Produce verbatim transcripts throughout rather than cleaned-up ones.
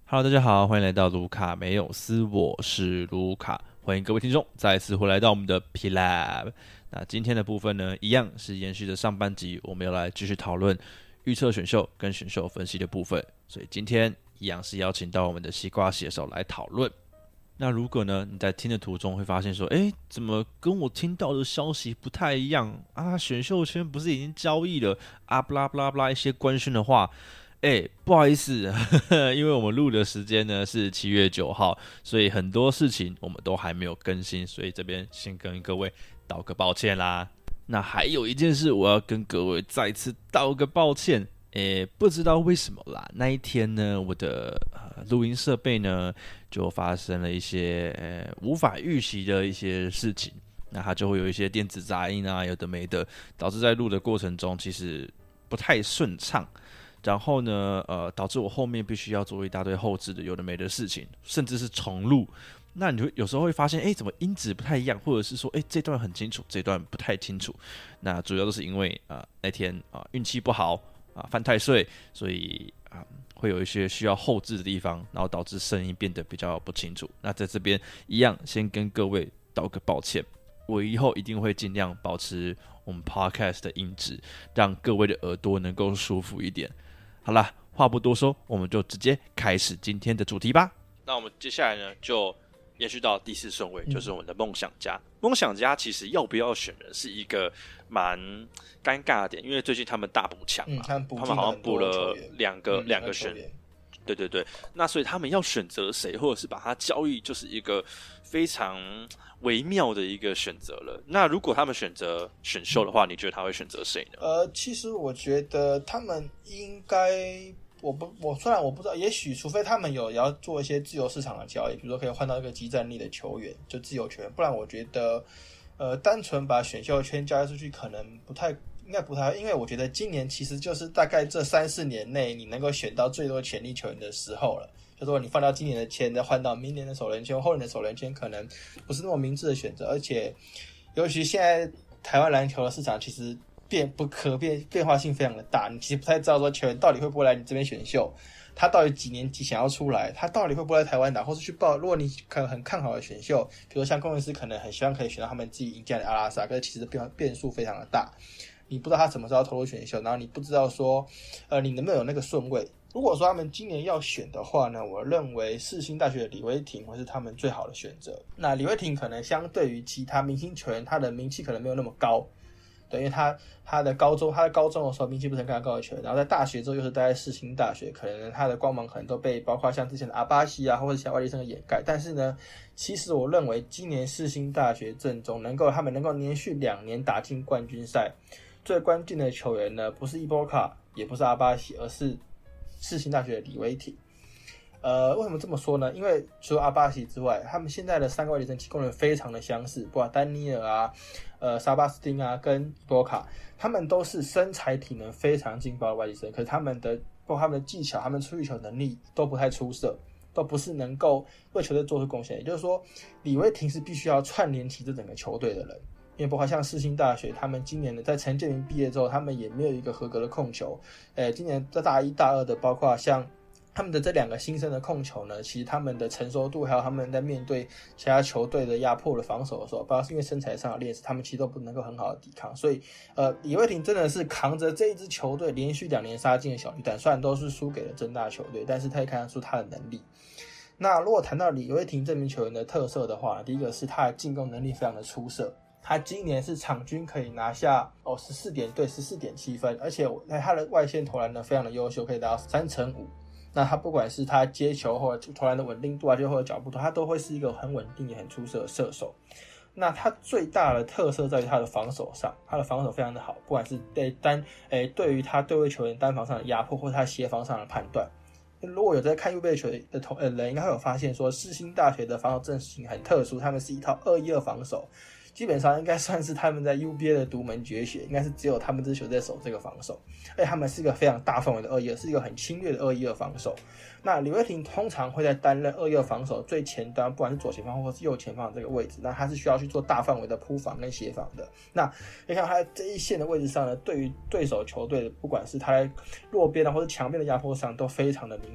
Hello， 大家好，欢迎来到卢卡没有斯，我是卢卡，欢迎各位听众再次回来到我们的 P Lab。那今天的部分呢，一样是延续的上半集，我们要来继续讨论预测选秀跟选秀分析的部分，所以今天一样是邀请到我们的西瓜写手来讨论。那如果呢你在听的途中会发现说，哎，怎么跟我听到的消息不太一样啊？选秀圈不是已经交易了啊？不啦不啦不啦一些官宣的话。哎，不好意思，呵呵，因为我们录的时间呢是七月九号，所以很多事情我们都还没有更新，所以这边先跟各位道个抱歉啦。那还有一件事，我要跟各位再次道个抱歉。诶，不知道为什么啦，那一天呢，我的呃录音设备呢就发生了一些呃无法预期的一些事情，那它就会有一些电子杂音啊，有的没的，导致在录的过程中其实不太顺畅。然后呢，呃，导致我后面必须要做一大堆后置的有的没的事情，甚至是重录。那你就有时候会发现，哎，怎么音质不太一样，或者是说，哎，这段很清楚，这段不太清楚。那主要都是因为啊、呃、那天啊、呃、运气不好啊、呃、犯太岁，所以啊、呃、会有一些需要后置的地方，然后导致声音变得比较不清楚。那在这边一样，先跟各位道个抱歉。我以后一定会尽量保持我们 podcast 的音质，让各位的耳朵能够舒服一点。好啦，话不多说，我们就直接开始今天的主题吧。那我们接下来呢，就延续到第四顺位，就是我们的梦想家。梦想家其实要不要选人是一个蛮尴尬的点，因为最近他们大补强嘛、嗯，他们好像补了两个两、嗯、个选，对对对。那所以他们要选择谁，或者是把它交易，就是一个非常微妙的一个选择了。那如果他们选择选秀的话，你觉得他会选择谁呢？ 呃，其实我觉得他们应该，我不，我虽然我不知道，也许除非他们有也要做一些自由市场的交易，比如说可以换到一个即战力的球员，就自由球员，不然我觉得，呃，单纯把选秀圈交易出去可能不太。应该不太，因为我觉得今年其实就是大概这三四年内你能够选到最多潜力球员的时候了。就说你放到今年的签，再换到明年的首轮签，后年的首轮签，可能不是那么明智的选择。而且，尤其现在台湾篮球的市场其实变不可变变化性非常的大，你其实不太知道说球员到底会不会来你这边选秀，他到底几年级想要出来，他到底会不会来台湾打，或是去报。如果你可能很看好的选秀，比如像工程师可能很希望可以选到他们自己引进来的阿拉萨，可是其实变变数非常的大。你不知道他什么时候投入选秀，然后你不知道说，呃，你能不能有那个顺位。如果说他们今年要选的话呢，我认为世新大学的李威霆会是他们最好的选择。那李威霆可能相对于其他明星球员，他的名气可能没有那么高，对，因为他他的高中他在高中的时候名气不是很高的球员，然后在大学之后又是待在世新大学，可能他的光芒可能都被包括像之前的阿巴西啊或者其他外地生的掩盖。但是呢，其实我认为今年世新大学阵中能够他们能够连续两年打进冠军赛。最关键的球员呢，不是伊波卡，也不是阿巴西，而是世新大学的李威霆。呃，为什么这么说呢？因为除了阿巴西之外，他们现在的三个外籍生功能非常的相似，不管丹尼尔啊、呃沙巴斯汀啊跟伊波卡，他们都是身材体能非常劲爆的外籍生，可是他们的包括他们的技巧、他们出去球能力都不太出色，都不是能够为球队做出贡献。也就是说，李威霆是必须要串联起这整个球队的人。因为包括像世新大学，他们今年的在陈建明毕业之后，他们也没有一个合格的控球。诶，今年在大一、大二的，包括像他们的这两个新生的控球呢，其实他们的成熟度，还有他们在面对其他球队的压迫的防守的时候，包括是因为身材上的劣势，他们其实都不能够很好的抵抗。所以，呃，李威霆真的是扛着这一支球队连续两年杀进的小巨蛋，虽然都是输给了政大球队，但是他也看得出他的能力。那如果谈到李威霆这名球员的特色的话，第一个是他的进攻能力非常的出色。他今年是场均可以拿下哦十四点对 十四点七 分，而且他的外线投篮呢非常的优秀，可以达到三成五。那他不管是他接球或者投篮的稳定度啊，就或者脚步投，他都会是一个很稳定也很出色的射手。那他最大的特色在于他的防守上，他的防守非常的好，不管是对单诶对于他对位球员单防上的压迫，或者他协防上的判断。如果有在看 U B A 球的同呃人，应该会有发现说，世新大学的防守阵型很特殊，他们是一套二一二防守。基本上应该算是他们在 U B A 的独门绝学，应该是只有他们这支球队在守这个防守，而且他们是一个非常大范围的二一二，是一个很侵略的二一二防守。那李威霆通常会在担任二一二防守最前端，不管是左前方或是右前方的这个位置，那他是需要去做大范围的铺防跟协防的。那你看他在这一线的位置上呢，对于对手球队的，不管是他在弱边啊或是强边的压迫上，都非常的明显。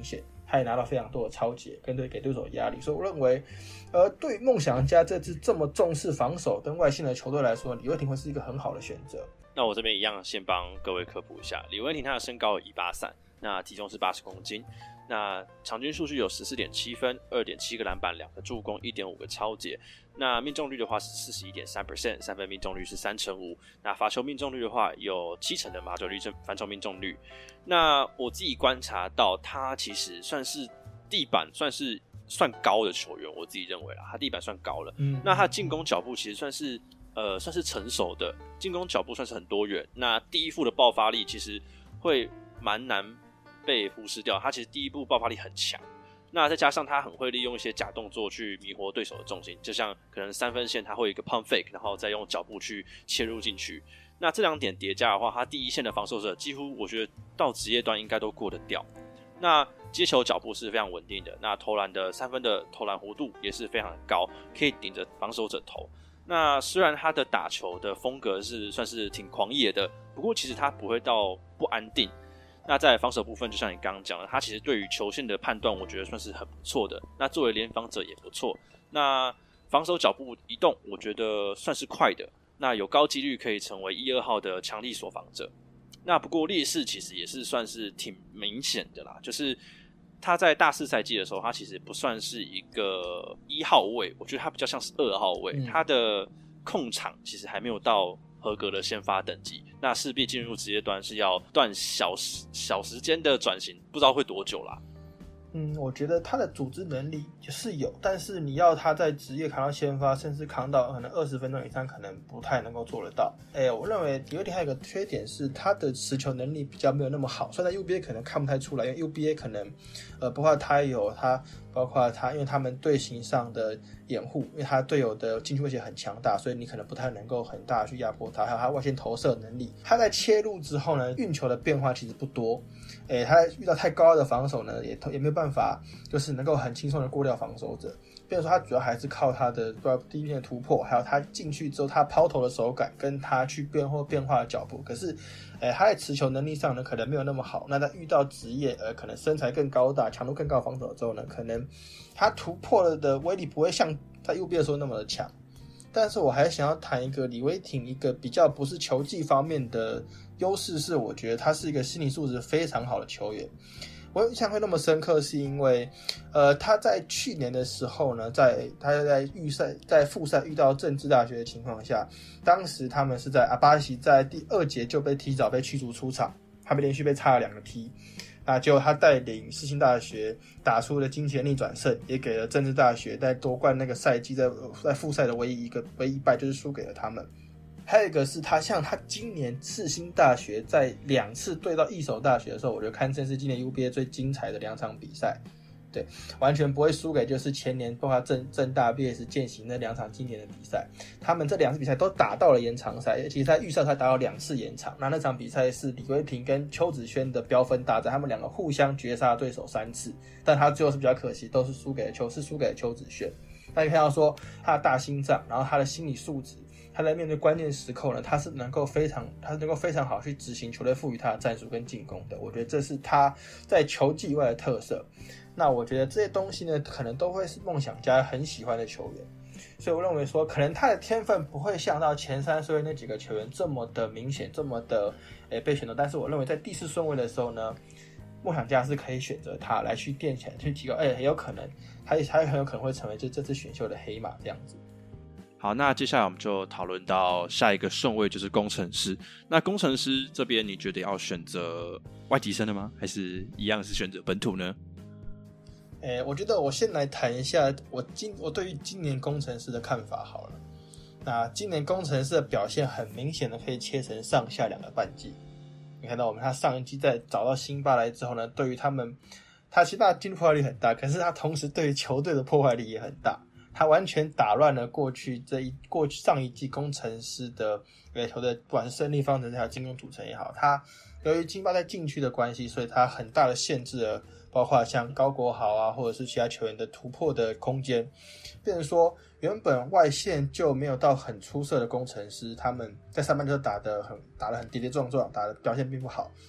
他也拿到非常多的抄截，跟对给对手压力。所以我认为，呃，对梦想家这支这么重视防守跟外线的球队来说，李威霆会是一个很好的选择。 那我这边一样先帮各位科普一下，李威霆他的身高有一八三，那体重是八十公斤，那场均数据有 十四点七 分 二点七 个篮板两个助攻 一点五 个抄截，那命中率的话是 百分之四十一点三， 三分命中率是三成五，那罚球命中率的话有七成的罚球率罚球命中率。那我自己观察到他其实算是地板算是算高的球员，我自己认为啦，他地板算高了。嗯，那他进攻脚步其实算是呃算是成熟的，进攻脚步算是很多元。那第一步的爆发力其实会蛮难被忽视掉，他其实第一步爆发力很强。那再加上他很会利用一些假动作去迷惑对手的重心，就像可能三分线他会有一个 pump fake， 然后再用脚步去切入禁区。那这两点叠加的话，他第一线的防守者几乎我觉得到职业端应该都过得掉。那接球脚步是非常稳定的，那投篮的三分的投篮弧度也是非常的高，可以顶着防守者投。那虽然他的打球的风格是算是挺狂野的，不过其实他不会到不安定。那在防守部分，就像你刚刚讲的，他其实对于球线的判断，我觉得算是很不错的。那作为联防者也不错。那防守脚步移动，我觉得算是快的。那有高几率可以成为一二号的强力锁防者。那不过劣势其实也是算是挺明显的啦，就是他在大四赛季的时候，他其实不算是一个一号位，我觉得他比较像是二号位，嗯、他的控场其实还没有到合格的先发等级，那势必进入职业端是要段小时小时间的转型，不知道会多久啦。 嗯，我觉得他的组织能力是有，但是你要他在职业扛到先发，甚至扛到可能二十分钟以上，可能不太能够做得到。哎，我认为李威霆还有一个缺点是他的持球能力比较没有那么好，虽然在 U B A 可能看不太出来，因为 U B A 可能呃，包括他有他，包括他，因为他们队形上的掩护，因为他队友的禁区威胁很强大，所以你可能不太能够很大的去压迫他，还有他外线投射能力。他在切入之后呢，运球的变化其实不多。诶，他遇到太高的防守呢，也也没有办法，就是能够很轻松的过掉防守者。变成说他主要还是靠他的第一片的突破，还有他进去之后他抛投的手感，跟他去变或变化的脚步。可是，诶，他在持球能力上呢，可能没有那么好。那他遇到职业呃，可能身材更高大、强度更高的防守之后呢，可能他突破了的威力不会像在 U B A 的时候那么的强。但是我还想要谈一个李威霆一个比较不是球技方面的优势，是我觉得他是一个心理素质非常好的球员。我印象会那么深刻，是因为，呃，他在去年的时候呢，在他在预赛在复赛遇到政治大学的情况下，当时他们是在阿巴西在第二节就被提早被驱逐出场，他被连续被插了两个 T。那结果他带领世新大学打出了惊奇的逆转胜，也给了政治大学在夺冠那个赛季在在复赛的唯一一个唯一败，就是输给了他们。还有一个是他像他今年世新大学在两次对到一手大学的时候，我觉得堪称是今年 U B A 最精彩的两场比赛。对，完全不会输给就是前年包括政政大 V S 践行那两场经典的比赛，他们这两次比赛都打到了延长赛，其实在预赛才打到两次延长。那那场比赛是李威霆跟邱子轩的飙分大战，他们两个互相绝杀对手三次，但他最后是比较可惜，都是输给了邱，是输给了邱子轩。那你看到说他的大心脏，然后他的心理素质，他在面对关键时刻呢，他是能够非常，他是能够非常好去执行球队赋予他的战术跟进攻的。我觉得这是他在球技以外的特色。那我觉得这些东西呢，可能都会是梦想家很喜欢的球员，所以我认为说，可能他的天分不会像到前三顺位那几个球员这么的明显，这么的诶被选择。但是我认为在第四顺位的时候呢，梦想家是可以选择他来去垫起来，去提高，哎，很有可能，他他很有可能会成为就这次选秀的黑马这样子。 好，那接下来我们就讨论到下一个顺位，就是工程师。那工程师这边，你觉得要选择外籍生的吗？还是一样是选择本土呢？ 诶，我觉得我先来谈一下我今我对于今年工程师的看法好了。那今年工程师的表现很明显的可以切成上下两个半季。你看到我们他上一季在找到辛巴来之后呢，对于他们，他其实他进入破坏力很大，可是他同时对于球队的破坏力也很大。他完全打乱了过去这一过去上一季工程师的呃球队，不管是胜利方程式还有进攻组成也好，他由于辛巴在禁区的关系，所以他很大的限制了。包括像高国豪啊，或者是其他球员的突破的空间，变成说原本外线就没有到很出色的工程师，他们在上半季打得很打得很跌跌撞撞，打的表现并不好。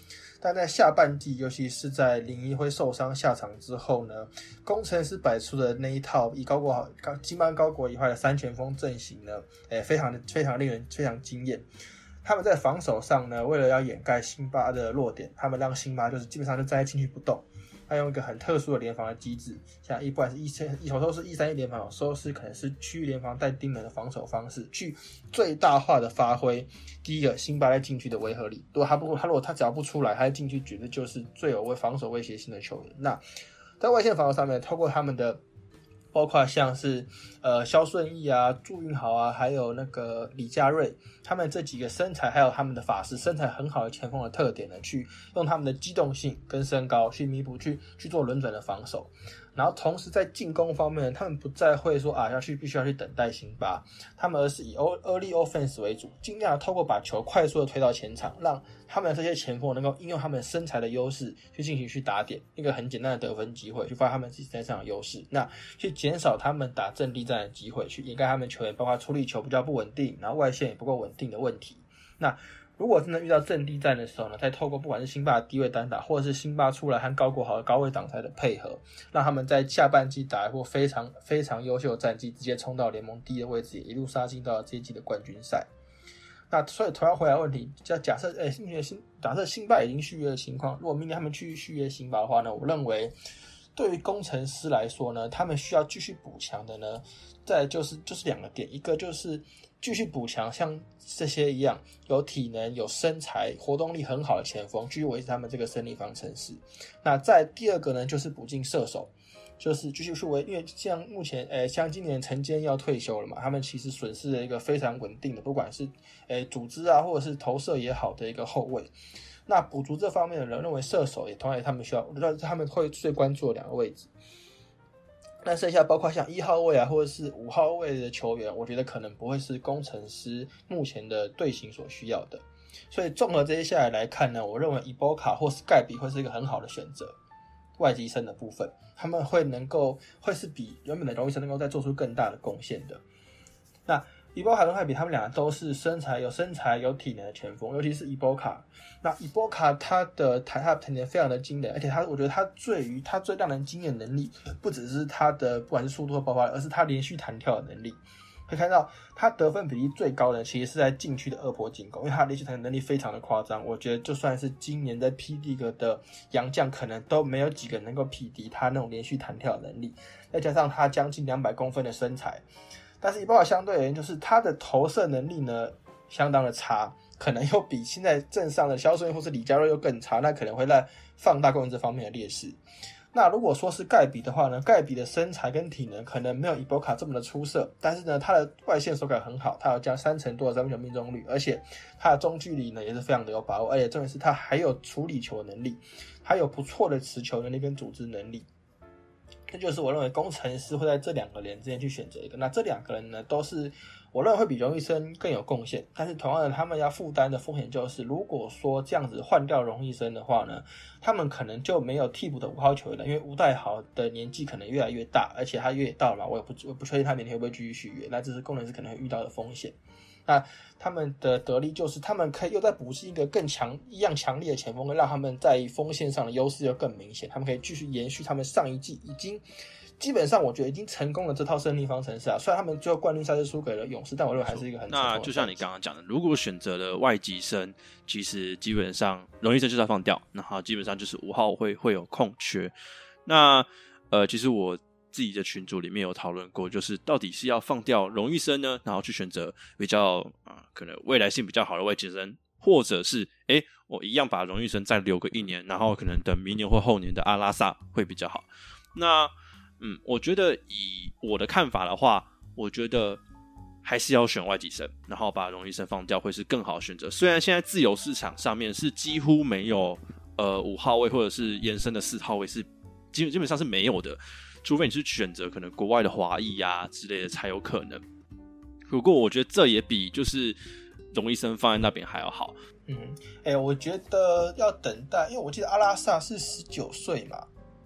但在下半季，尤其是在林一辉受伤下场之后呢，工程师摆出的那一套以高国金班高国以外的三前锋阵型呢，欸、非常非常令人非常惊艳。他们在防守上呢，为了要掩盖辛巴的弱点，他们让辛巴就是基本上就站在禁区不动。他用一个很特殊的联防的机制，像一不管是一一有时候是一三一联防，有时候是可能是区域联防带盯人的防守方式，去最大化的发挥第一个辛巴在禁区的威慑力。如果他不他如果他只要不出来，他在禁区绝对就是最有防守威胁性的球员。那在外线防守上面，透过他们的包括像是呃肖顺义啊、祝运豪啊，还有那个李佳瑞，他们这几个身材还有他们的法师身材很好的前锋的特点呢，去用他们的机动性跟身高去弥补，去去做轮转的防守。然后同时在进攻方面，他们不再会说啊要去必须要去等待辛巴，他们而是以 early offense 为主，尽量透过把球快速的推到前场，让他们这些前锋能够应用他们身材的优势去进行去打点，一个很简单的得分机会，去发挥他们自己身上的优势，那去减少他们打阵地战的机会，去掩盖他们球员包括处理球比较不稳定，然后外线也不够稳定的问题。那如果真的遇到阵地战的时候呢，再透过不管是辛巴的低位单打，或者是辛巴出来和高国豪的高位挡拆的配合，让他们在下半季打一波非常非常优秀的战绩，直接冲到联盟第一的位置，也一路杀进到这一季的冠军赛。那所以同样回来问题，假设诶，明年辛假设辛巴已经续约的情况，如果明年他们去续约辛巴的话呢，我认为对于工程师来说呢，他们需要继续补强的呢，再来就是就是两个点，一个就是继续补强像这些一样有体能、有身材、活动力很好的前锋，继续维持他们这个胜利方程式。那再第二个呢，就是补进射手，就是继续去维，因为像目前，诶，像今年陈坚要退休了嘛，他们其实损失了一个非常稳定的，不管是诶组织啊，或者是投射也好的一个后卫。那补足这方面的人认为射手也同样他们需要，他们会最关注的两个位置。那剩下包括像一号位啊，或者是五号位的球员，我觉得可能不会是工程师目前的队形所需要的。所以综合这些下来来看呢，我认为伊波卡或是盖比会是一个很好的选择。外籍生的部分，他们会能够会是比原本的荣誉生能够再做出更大的贡献的。那伊波卡跟盖比他们两个都是身材有身材有体能的前锋，尤其是伊波卡。那伊波卡他的他的体能非常的惊人，而且他我觉得他最于他最让人惊艳的能力，不只是他的不管是速度和爆发力，而是他连续弹跳的能力。可以看到他得分比例最高的其实是在禁区的二波进攻，因为他连续弹跳能力非常的夸张。我觉得就算是今年在 P. League 的洋将，可能都没有几个能够匹敌他那种连续弹跳的能力，再加上他将近两百公分的身材。但是伊波卡相对而言，就是他的投射能力呢相当的差，可能又比现在阵上的肖顺或是李佳瑞又更差，那可能会在放大工程这方面的劣势。那如果说是盖比的话呢，盖比的身材跟体能可能没有伊波卡这么的出色，但是呢他的外线手感很好，他有将三成多的三分球命中率，而且他的中距离呢也是非常的有把握，而且重点是他还有处理球能力，还有不错的持球能力跟组织能力。这就是我认为工程师会在这两个人之间去选择一个，那这两个人呢都是我认为会比荣誉生更有贡献，但是同样的他们要负担的风险就是，如果说这样子换掉荣誉生的话呢，他们可能就没有替补的五号球员了，因为吴代豪的年纪可能越来越大，而且他越到了嘛，我也不我不确定他明天会不会继续续约，那这是工程师可能会遇到的风险。那他们的得力就是他们可以又再补进一个更强一样强烈的前锋，让他们在锋线上的优势又更明显，他们可以继续延续他们上一季已经基本上我觉得已经成功了这套胜利方程式啊。虽然他们最后冠军赛是输给了勇士，但我认为还是一个很成功的。 那就像你刚刚讲的，如果选择了外籍生，其实基本上荣誉生就是要放掉，然后基本上就是五号会会有空缺。那呃，其实我自己的群组里面有讨论过，就是到底是要放掉荣誉生呢，然后去选择比较、呃、可能未来性比较好的外籍生，或者是诶我一样把荣誉生再留个一年，然后可能等明年或后年的阿拉萨会比较好。那嗯，我觉得以我的看法的话，我觉得还是要选外籍生，然后把荣誉生放掉会是更好的选择。虽然现在自由市场上面是几乎没有呃五号位或者是延伸的四号位是基基本上是没有的，除非你是选择可能国外的华裔啊之类的才有可能。不过我觉得这也比就是荣誉生放在那边还要好。 嗯，哎、欸，我觉得要等待，因为我记得阿拉萨是十九岁嘛。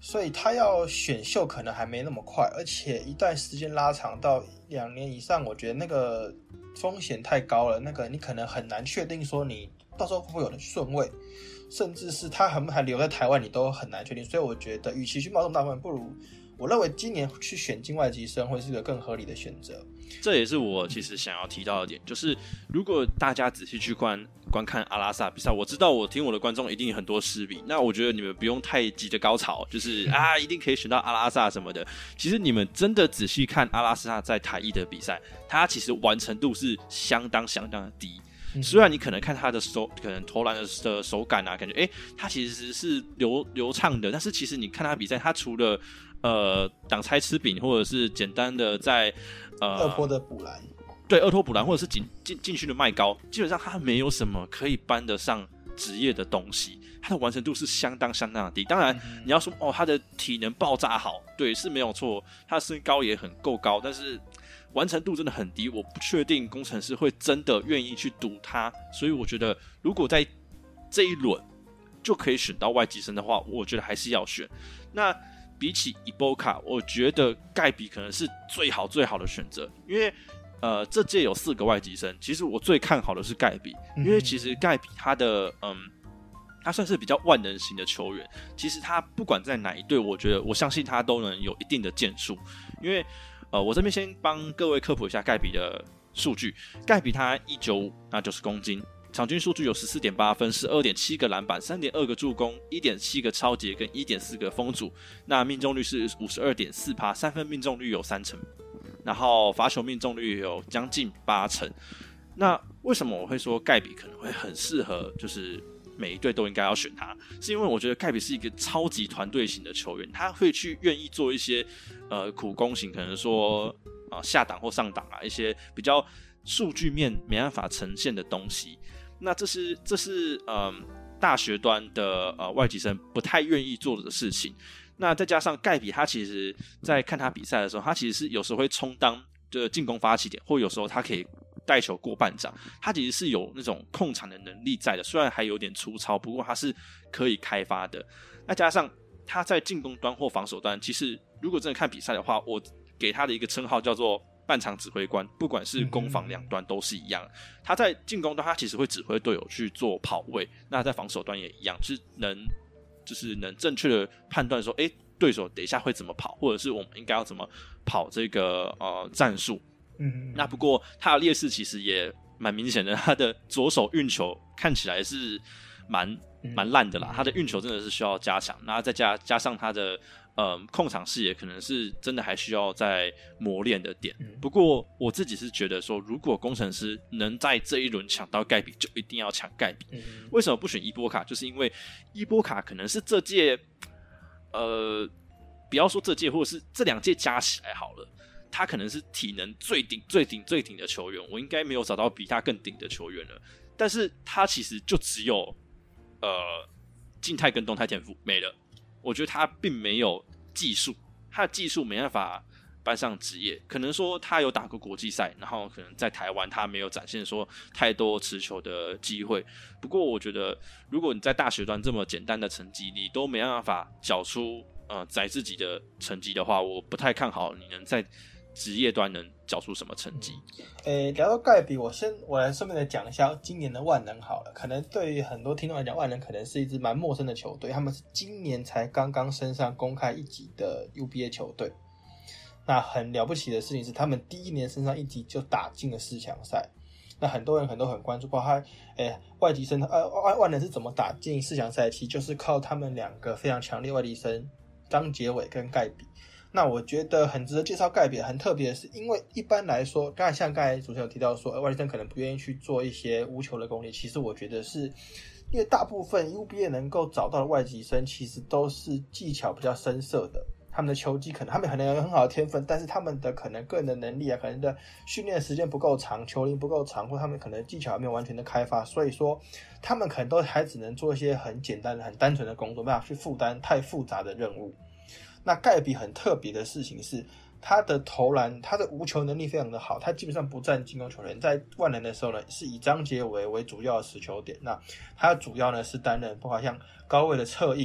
所以他要选秀可能还没那么快，而且一段时间拉长到两年以上，我觉得那个风险太高了，那个你可能很难确定说你到时候会不会有的顺位，甚至是他还不还留在台湾，你都很难确定。所以我觉得，与其去冒这么大风险，不如我认为今年去选境外籍生会是一个更合理的选择。 这也是我其实想要提到的点，就是如果大家仔细去观观看阿拉萨比赛，我知道我听我的观众一定很多失笔，那我觉得你们不用太急着高潮，就是啊一定可以选到阿拉萨什么的。其实你们真的仔细看阿拉萨在台艺的比赛，他其实完成度是相当相当的低。虽然你可能看他的手，可能投篮的手感啊，感觉哎，他其实是流流畅的，但是其实你看他比赛，他除了呃挡拆吃饼，或者是简单的在呃二波的补篮， 对二拖补篮，或者是进进进去的迈高，基本上他没有什么可以搬得上职业的东西，他的完成度是相当相当的低。当然你要说哦，他的体能爆炸好，对是没有错，他的身高也很够高，但是完成度真的很低，我不确定工程师会真的愿意去赌他，所以我觉得如果在这一轮就可以选到外籍生的话，我觉得还是要选。那比起伊波卡，我觉得盖比可能是最好最好的选择，因为呃这届有四个外籍生，其实我最看好的是盖比，因为其实盖比他的嗯。他算是比较万能型的球员，其实他不管在哪一队，我觉得我相信他都能有一定的建树。因为呃，我这边先帮各位科普一下盖比的数据。盖比他一九五，那九十公斤，场均数据有 十四点八 分， 十二点七个篮板， 三点二个助攻， 一点七个抄截跟 一点四个封阻。那命中率是 百分之五十二点四， 三分命中率有三成，然后罚球命中率有将近八成。那为什么我会说盖比可能会很适合就是每一队都应该要选他，是因为我觉得盖比是一个超级团队型的球员，他会去愿意做一些呃苦攻型，可能说啊、呃、下档或上档啊，一些比较数据面没办法呈现的东西。那这是这是呃大学端的呃外籍生不太愿意做的事情。那再加上盖比他其实在看他比赛的时候，他其实是有时候会充当的进攻发起点，或有时候他可以带球过半场，他其实是有那种控场的能力在的，虽然还有点粗糙，不过他是可以开发的。那加上他在进攻端或防守端，其实如果真的看比赛的话，我给他的一个称号叫做半场指挥官，不管是攻防两端都是一样。他在进攻端他其实会指挥队友去做跑位，那在防守端也一样，就是能就是能正确的判断说，哎，对手等一下会怎么跑，或者是我们应该要怎么跑这个呃战术。嗯，那不过他的劣势其实也蛮明显的，他的左手运球看起来是蛮蛮烂的啦，他的运球真的是需要加强，那再加加上他的呃控场视野可能是真的还需要再磨练的点。不过我自己是觉得说，如果工程师能在这一轮抢到盖比，就一定要抢盖比。为什么不选伊波卡？就是因为伊波卡可能是这届呃不要说这届，或者是这两届加起来好了，他可能是体能最顶、最顶、最顶的球员，我应该没有找到比他更顶的球员了。但是他其实就只有呃静态跟动态天赋没了。我觉得他并没有技术，他的技术没办法搬上职业。可能说他有打过国际赛，然后可能在台湾他没有展现说太多持球的机会。不过我觉得，如果你在大学端这么简单的成绩，你都没办法缴出呃载自己的成绩的话，我不太看好你能在职业端能缴出什么成绩。 诶、聊到盖比，我先我来顺便的讲一下今年的万能好了。可能对于很多听众来讲，万能可能是一支蛮陌生的球队，他们是今年才刚刚升上公开一级的 U B A 球队。那很了不起的事情是，他们第一年升上一级就打进了四强赛。那很多人可能都很关注，包括诶外籍生呃万万能是怎么打进四强赛，其实就是靠他们两个非常强烈外籍生张杰伟跟盖比。那我觉得很值得介绍盖比，很特别的是，因为一般来说，刚才像刚才主持人有提到说，外籍生可能不愿意去做一些无球的功力。其实我觉得是因为大部分 U B A 能够找到的外籍生，其实都是技巧比较深色的，他们的球技可能他们可能有很好的天分，但是他们的可能个人的能力啊，可能的训练时间不够长，球龄不够长，或他们可能技巧还没有完全的开发，所以说他们可能都还只能做一些很简单的、很单纯的工作，没办法去负担太复杂的任务。那盖比很特别的事情是，他的投篮，他的无球能力非常的好，他基本上不占进攻球员。在万能的时候呢，是以张杰伟为主要的持球点，那他主要呢是担任包括像高位的策应，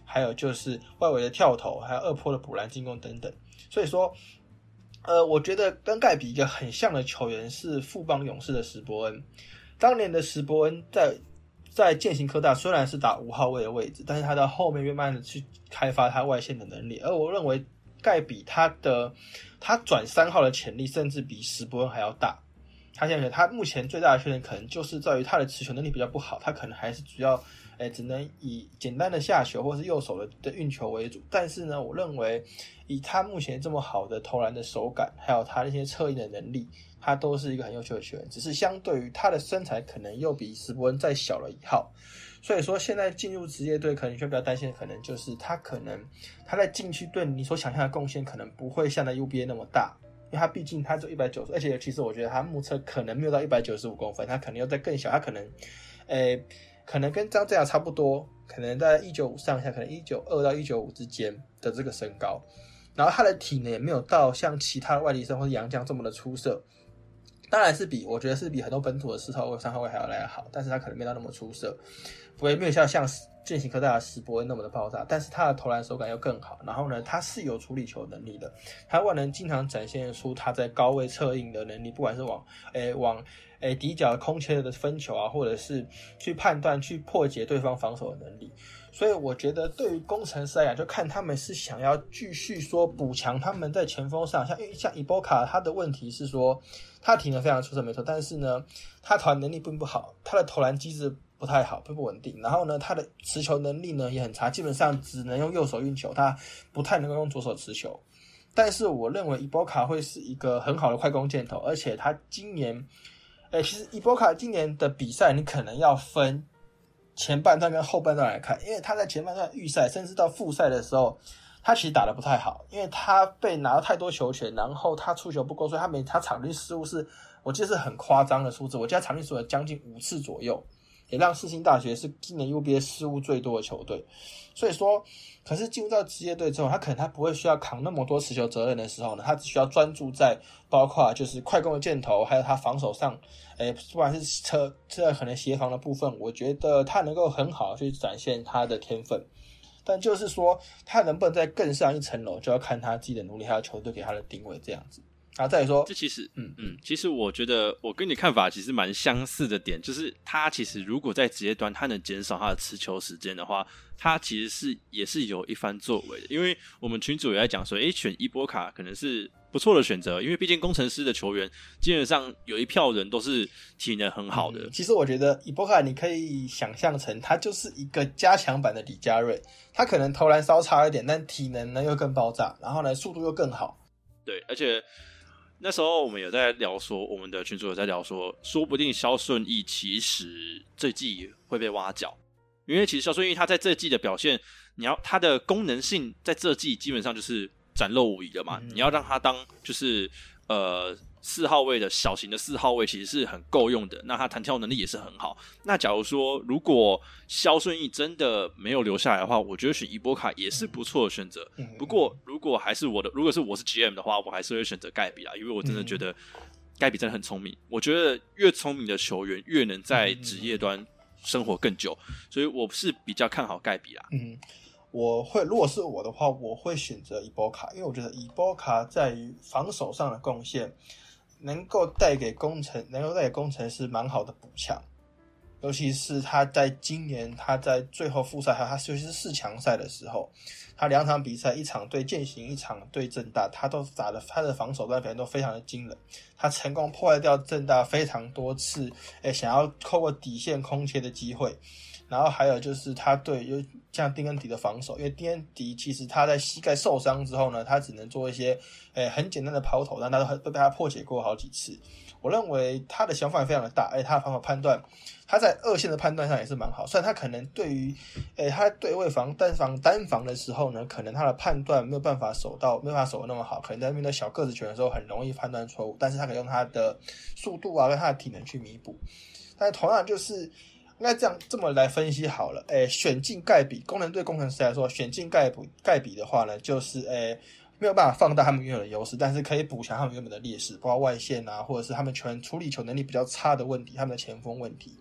还有就是外围的跳投，还有二波的补篮进攻等等。所以说，呃，我觉得跟盖比一个很像的球员是富邦勇士的石伯恩。当年的石伯恩在在健行科大虽然是打五号位的位置，但是他到后面慢慢的去开发他外线的能力。而我认为盖比他的他转三号的潜力甚至比石伯恩还要大。他现在他目前最大的缺点可能就是在于他的持球能力比较不好，他可能还是主要诶只能以简单的下球或是右手的的运球为主。但是呢，我认为以他目前这么好的投篮的手感，还有他那些策应的能力，他都是一个很优秀的球员。只是相对于他的身材可能又比石伯恩再小了一号。所以说现在进入职业队，可能你就比较担心的可能就是他可能他在禁区对你所想象的贡献可能不会像在 U B A 那么大。因为他毕竟他只有一百九十，而且其实我觉得他目测可能没有到一百九十五公分，他可能要再更小，他可能，诶，可能跟张镇雅差不多，可能在一九五上下，可能一九二到一九五之间的这个身高，然后他的体能也没有到像其他的外籍生或者洋将这么的出色，当然是比我觉得是比很多本土的四号位、三号位还要来得好，但是他可能没到那么出色，不会没有像像健行科大的石伯恩那么的爆炸，但是他的投篮手感又更好。然后呢，他是有处理球能力的，他万能经常展现出他在高位策应的能力，不管是往诶往诶底角空切的分球啊，或者是去判断、去破解对方防守的能力。所以我觉得对于工程师来讲，就看他们是想要继续说补强他们在前锋上，像像伊波卡他的问题是说他体能非常出色没错，但是呢他投篮能力并不好，他的投篮机制不太好，并不稳定。然后呢，他的持球能力呢也很差，基本上只能用右手运球，他不太能够用左手持球。但是我认为伊波卡会是一个很好的快攻箭头，而且他今年，诶，其实伊波卡今年的比赛你可能要分前半段跟后半段来看，因为他在前半段预赛甚至到复赛的时候，他其实打得不太好，因为他被拿到太多球权，然后他出球不够，所以他每他场均失误是我记得是很夸张的数字，我记得他场均失误有将近五次左右。也让世新大学是今年 U B A 失误最多的球队，所以说，可是进入到职业队之后，他可能他不会需要扛那么多持球责任的时候呢，他只需要专注在包括就是快攻的箭头，还有他防守上，诶，不管是车这可能协防的部分，我觉得他能够很好去展现他的天分。但就是说，他能不能再更上一层楼，就要看他自己的努力，还有球队给他的定位这样子。然后再来说， 这其实，嗯嗯，其实我觉得我跟你看法其实蛮相似的点，就是他其实如果在职业端他能减少他的持球时间的话，他其实是也是有一番作为的。因为我们群组也在讲说，诶，选伊波卡可能是不错的选择，因为毕竟工程师的球员基本上有一票人都是体能很好的。 嗯、其实我觉得伊波卡你可以想象成他就是一个加强版的李佳瑞，他可能投篮稍差一点，但体能呢又更爆炸，然后呢速度又更好。 对，而且那时候我们有在聊说，我们的群主有在聊说，说不定萧顺义其实这季会被挖角，因为其实萧顺义他在这季的表现，你要他的功能性在这季基本上就是展露无遗的嘛，嗯、你要让他当就是呃四号位的小型的四号位，其实是很够用的。那他弹跳能力也是很好。那假如说如果萧顺义真的没有留下来的话，我觉得选伊波卡也是不错的选择。嗯、不过如果还是我的，如果是我是 G M 的话，我还是会选择盖比啦，因为我真的觉得盖比真的很聪明。我觉得越聪明的球员越能在职业端生活更久，所以我是比较看好盖比啦。 嗯。我会，如果是我的话，我会选择伊波卡，因为我觉得伊波卡在于防守上的贡献，能够带给工程，能够带给工程师蛮好的补强。尤其是他在今年，他在最后复赛，还有他尤其是四强赛的时候，他两场比赛，一场对健行，一场对政大，他都打的他的防守端表现都非常的惊人，他成功破坏掉政大非常多次，诶想要透过底线空切的机会。然后还有就是他对就像丁恩迪的防守，因为丁恩迪其实他在膝盖受伤之后呢，他只能做一些诶很简单的抛投，但他都被他破解过好几次。我认为他的想法也非常的大，而且他的防守判断，他在二线的判断上也是蛮好。虽然他可能对于诶他对位防单防单防的时候呢，可能他的判断没有办法守到，没有办法守得那么好，可能在面对小个子球的时候很容易判断错误，但是他可以用他的速度啊跟他的体能去弥补。但是同样就是应该这样这么来分析好了，诶，选进盖比，功能对工程师来说，选进盖比盖比的话呢，就是诶没有办法放大他们原有的优势，但是可以补强他们原本的劣势，包括外线啊，或者是他们球员处理球能力比较差的问题，他们的前锋问题。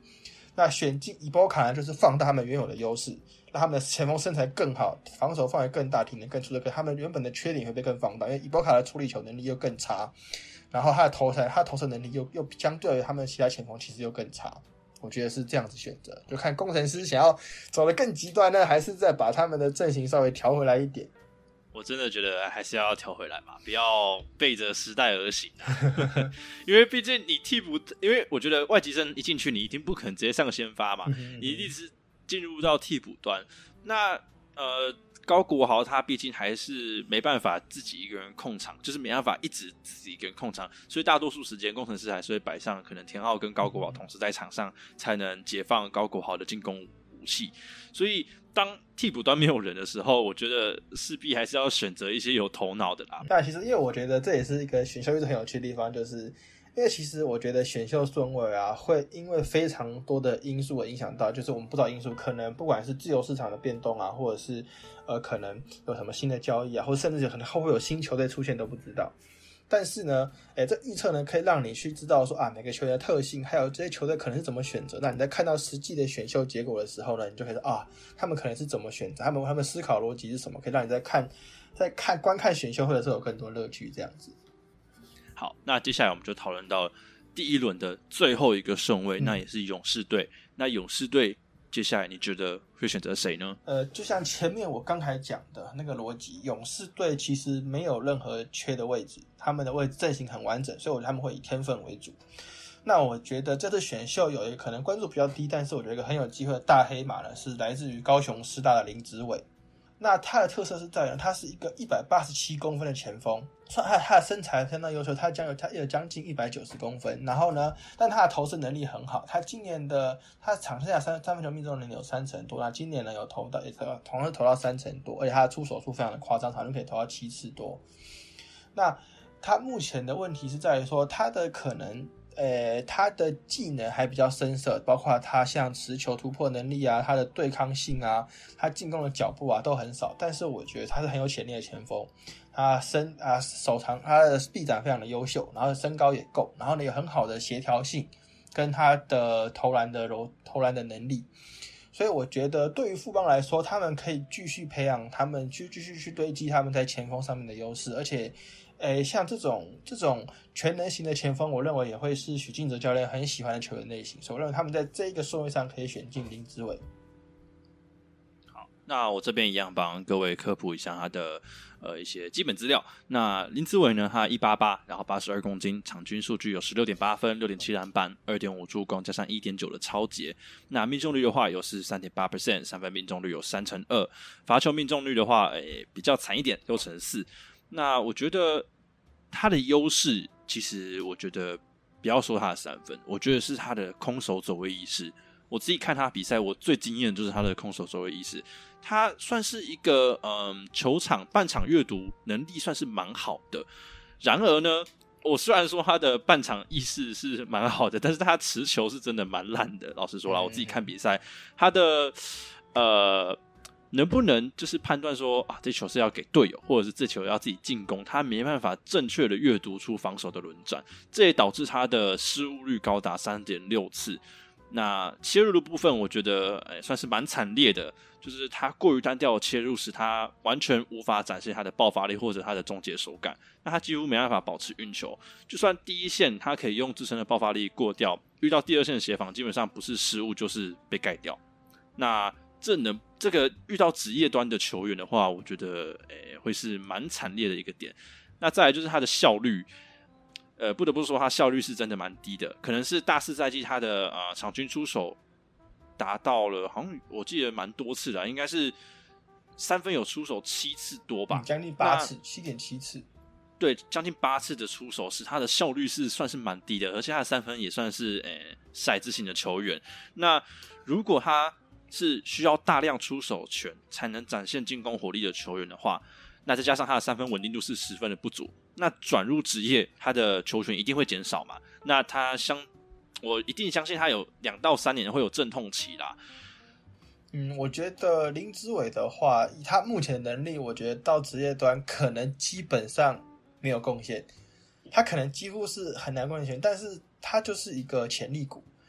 那选进伊波卡呢，就是放大他们原有的优势，让他们的前锋身材更好，防守范围更大，体能更出色，更他们原本的缺点会被更放大，因为伊波卡的处理球能力又更差，然后他的投射他的投射能力又又相对于他们其他前锋其实又更差。我觉得是这样子选择，就看工程师想要走得更极端呢，还是再把他们的阵型稍微调回来一点。 我真的觉得还是要调回来嘛，不要背着时代而行、啊、因为毕竟你替补，因为我觉得外籍生一进去，你一定不可能直接上先发嘛，你一定是进入到替补端。那呃，高国豪他毕竟还是没办法自己一个人控场，就是没办法一直自己一个人控场，所以大多数时间工程师还是会摆上可能田浩跟高国豪同时在场上，才能解放高国豪的进攻武器。所以当替补端没有人的时候，我觉得势必还是要选择一些有头脑的啦。 但其实因为我觉得这也是一个选秀一直很有趣的地方，就是因为其实我觉得选秀顺位啊，会因为非常多的因素而影响到，就是我们不知道因素，可能不管是自由市场的变动啊，或者是呃可能有什么新的交易啊，或者甚至可能会不会有新球队出现都不知道。但是呢，诶，这预测呢可以让你去知道说啊，每个球员的特性，还有这些球队可能是怎么选择。那你在看到实际的选秀结果的时候呢，你就可以说啊，他们可能是怎么选择，他们他们思考逻辑是什么，可以让你在看在看观看选秀会的时候有更多乐趣，这样子。 好，那接下来我们就讨论到第一轮的最后一个顺位，嗯、那也是勇士队。那勇士队接下来你觉得会选择谁呢？ 呃，就像前面我刚才讲的那个逻辑，勇士队其实没有任何缺的位置，他们的位置阵型很完整，所以我觉得他们会以天分为主。那我觉得这次选秀有一个可能关注比较低，但是我觉得一个很有机会的大黑马呢，是来自于高雄师大的林子伟。那他的特色是在于，他是一个一百八十七公分的前锋，他他的身材相当优秀，他将有他有将近一百九十公分，然后呢，但他的投射能力很好，他今年的他场下三三分球命中能力有三成多，那今年呢有投到也同样投到三成多，而且他的出手数非常的夸张，场均可以投到七次多。那他目前的问题是在于说，他的可能。呃，他的技能还比较生涩，包括他像持球突破能力啊，他的对抗性啊，他进攻的脚步啊都很少。但是我觉得他是很有潜力的前锋，他身啊手长，他的臂展非常的优秀，然后身高也够，然后呢有很好的协调性，跟他的投篮的柔投篮的能力。所以我觉得对于富邦来说，他们可以继续培养他们，去继续去堆积他们在前锋上面的优势，而且。诶，像这种这种全能型的前锋，我认为也会是许晋哲教练很喜欢的球员类型，所以我认为他们在这个顺位上可以选进林子伟。 好，那我这边一样帮各位科普一下他的呃一些基本资料。那林子伟呢，他一八八，然后八十二公斤，场均数据有 十六点八分， 六点七篮板， 二点五助攻，加上 一点九 的抄截。那命中率的话有 百分之四十三点八， 三分命中率有三成二，罚球命中率的话诶比较惨一点，六成四。那我觉得他的优势，其实我觉得不要说他的三分，我觉得是他的空手走位意识。我自己看他比赛，我最惊艳的就是他的空手走位意识。他算是一个嗯球场半场阅读能力算是蛮好的。然而呢，我虽然说他的半场意识是蛮好的，但是他持球是真的蛮烂的。老实说啦，我自己看比赛，他的呃。能不能就是判断说啊，这球是要给队友，或者是这球要自己进攻，他没办法正确的阅读出防守的轮转，这也导致他的失误率高达 三点六 次。那切入的部分，我觉得、欸、算是蛮惨烈的，就是他过于单调的切入时，他完全无法展现他的爆发力或者他的终结手感，那他几乎没办法保持运球。就算第一线他可以用自身的爆发力过掉，遇到第二线的协防，基本上不是失误就是被盖掉。那这能这个遇到职业端的球员的话，我觉得诶会是蛮惨烈的一个点。那再来就是他的效率，呃，不得不说他效率是真的蛮低的，可能是大四赛季他的呃场均出手达到了，好像我记得蛮多次的，应该是三分有出手七次多吧， 嗯、将近八次，七点七次。 对，将近八次的出手时，他的效率是算是蛮低的，而且他的三分也算是诶骰子型的球员。那如果他是需要大量出手权才能展现进攻火力的球员的话，那再加上他的三分稳定度是十分的不足，那转入职业他的球权一定会减少嘛，那他相我一定相信他有两到三年会有阵痛期啦。 嗯，我觉得林子伟的话，以他目前的能力，我觉得到职业端可能基本上没有贡献，他可能几乎是很难贡献，但是他就是一个潜力股。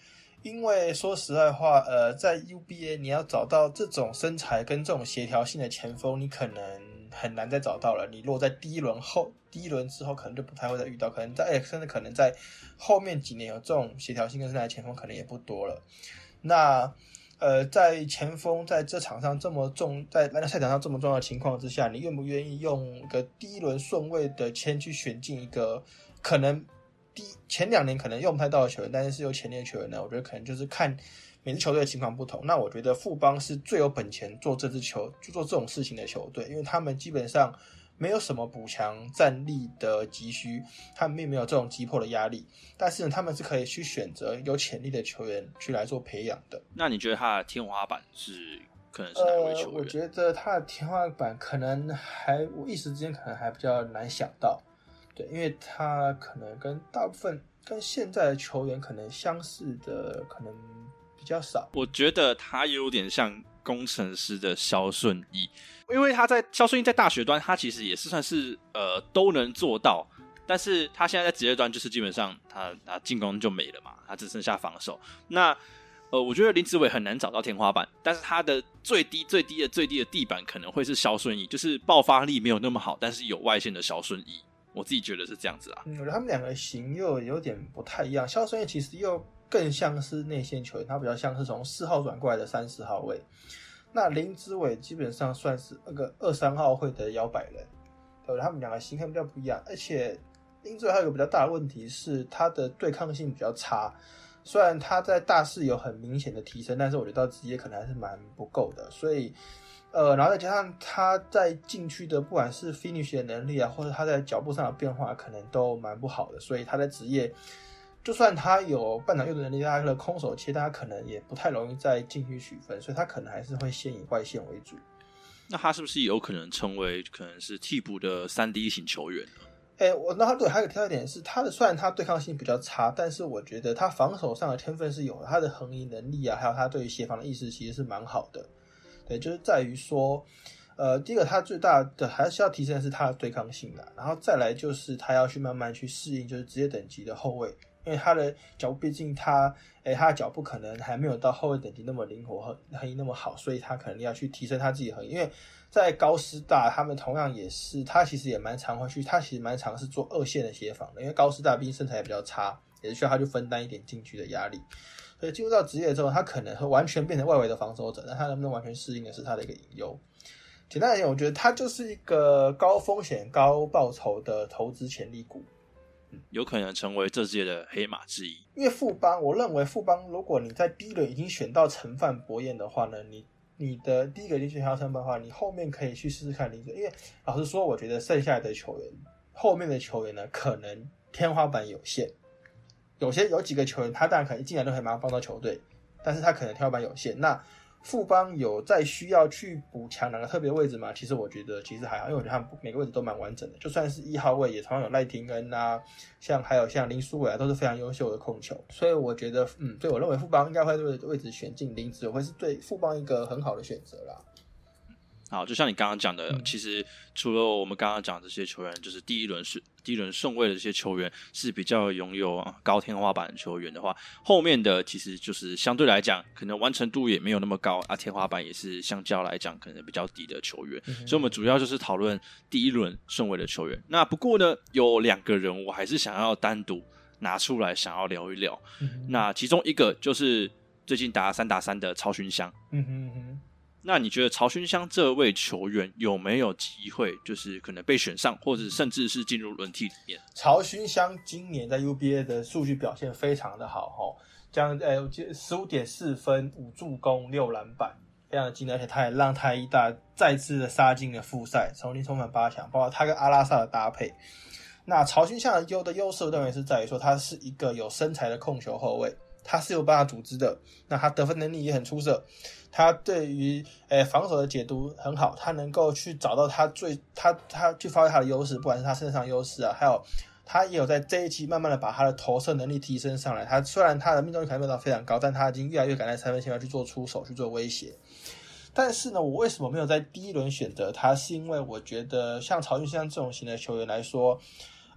因为说实在话，呃，在 U B A 你要找到这种身材跟这种协调性的前锋，你可能很难再找到了。你落在第一轮后，第一轮之后可能就不太会再遇到，可能在甚至可能在后面几年有这种协调性跟身材的前锋可能也不多了。那呃，在前锋在这场上这么重，在篮球赛场上这么重要的情况之下，你愿不愿意用一个第一轮顺位的签去选进一个可能第前两年可能用不太到的球员，但是是有潜力的球员呢？我觉得可能就是看每支球队的情况不同。那我觉得富邦是最有本钱做这支球做这种事情的球队，因为他们基本上没有什么补强战力的急需，他们并没有这种急迫的压力，但是呢，他们是可以去选择有潜力的球员去来做培养的。 那你觉得他的天花板是可能是哪位球员？ 呃、我觉得他的天花板可能还，我一时之间可能还比较难想到，对，因为他可能跟大部分跟现在的球员可能相似的可能比较少。 我觉得他有点像工程师的萧顺义，因为他在萧顺义在大学端，他其实也是算是呃都能做到，但是他现在在职业端就是基本上他他进攻就没了嘛，他只剩下防守。那呃，我觉得林子伟很难找到天花板，但是他的最低最低的最低的地板可能会是萧顺义，就是爆发力没有那么好，但是有外线的萧顺义。我自己觉得是这样子啊。 嗯，我觉得他们两个型又有点不太一样。萧顺义其实又更像是内线球员，他比较像是从四号转过来的三四号位。那林子伟基本上算是那个二三号位的摇摆人，对，他们两个型可能比较不一样。而且林子伟还有一个比较大的问题是他的对抗性比较差。虽然他在大四有很明显的提升，但是我觉得到职业可能还是蛮不够的。所以呃，然后再加上他在禁区的不管是 finish 的能力啊，或者他在脚步上的变化，可能都蛮不好的。所以他在职业，就算他有半场阅读能力，他的空手切，他可能也不太容易在禁区取分，所以他可能还是会先以外线为主。 那他是不是有可能成为可能是替补的 三 D 型球员呢？ 欸，我那他对还有一个挑点是，他的虽然他对抗性比较差，但是我觉得他防守上的天分是有的，他的横移能力啊，还有他对于协防的意识其实是蛮好的。对，就是在于说，呃，第一个他最大的还是要提升的是他的对抗性啦，然后再来就是他要去慢慢去适应就是职业等级的后卫，因为他的脚步毕竟他，欸，他的脚步可能还没有到后卫等级那么灵活，横移那么好，所以他可能要去提升他自己的横移，因为在高师大，他们同样也是，他其实也蛮常会去，他其实蛮常是做二线的协防的，因为高师大毕竟身材也比较差，也是需要他去分担一点禁区的压力。所以进入到职业之后，他可能会完全变成外围的防守者，但他能不能完全适应的是他的一个隐忧。简单来讲，我觉得他就是一个高风险高报酬的投资潜力股， 有可能成为这届的黑马之一。 因为富邦，我认为富邦，如果你在第一轮已经选到陈范博彦的话呢，你你的第一个已经选到陈范的话，你后面可以去试试看林子，因为老实说，我觉得剩下的球员，后面的球员呢，可能天花板有限。有些有几个球员，他当然可能一进来都可以马上帮到球队，但是他可能天花板有限。那富邦有在需要去补强哪个特别位置吗？其实我觉得其实还好，因为我觉得他们每个位置都蛮完整的。就算是一号位，也同样有赖廷恩啊，像还有像林书伟啊，都是非常优秀的控球。所以我觉得，嗯，对我认为富邦应该会对位置选进林子，会是对富邦一个很好的选择啦。 好，就像你刚刚讲的，嗯、其实除了我们刚刚讲这些球员，就是第一轮是第一轮顺位的这些球员是比较拥有高天花板的球员的话，后面的其实就是相对来讲，可能完成度也没有那么高啊，天花板也是相较来讲可能比较低的球员。嗯、所以我们主要就是讨论第一轮顺位的球员。那不过呢，有两个人我还是想要单独拿出来想要聊一聊。嗯、那其中一个就是最近打三打三的曹勋香。嗯哼哼。那你觉得曹勋香这位球员有没有机会，就是可能被选上，或者甚至是进入轮替里面？ 曹勋香今年在 U B A 的数据表现非常的好哈，将呃十五点四分、五助攻、六篮板，非常的惊人，而且他也让台一大再次的杀进了复赛，重新冲满八强，包括他跟阿拉萨的搭配。那曹勋香的优的优势，我认为是在于说他是一个有身材的控球后卫。他是有办法组织的，那他得分能力也很出色，他对于诶防守的解读很好，他能够去找到他最他他去发挥他的优势，不管是他身上优势啊，还有他也有在这一期慢慢的把他的投射能力提升上来。他虽然他的命中率可能没有到非常高，但他已经越来越敢在三分线外去做出手，去做威胁。但是呢，我为什么没有在第一轮选择他？是因为我觉得像曹勋香这种型的球员来说。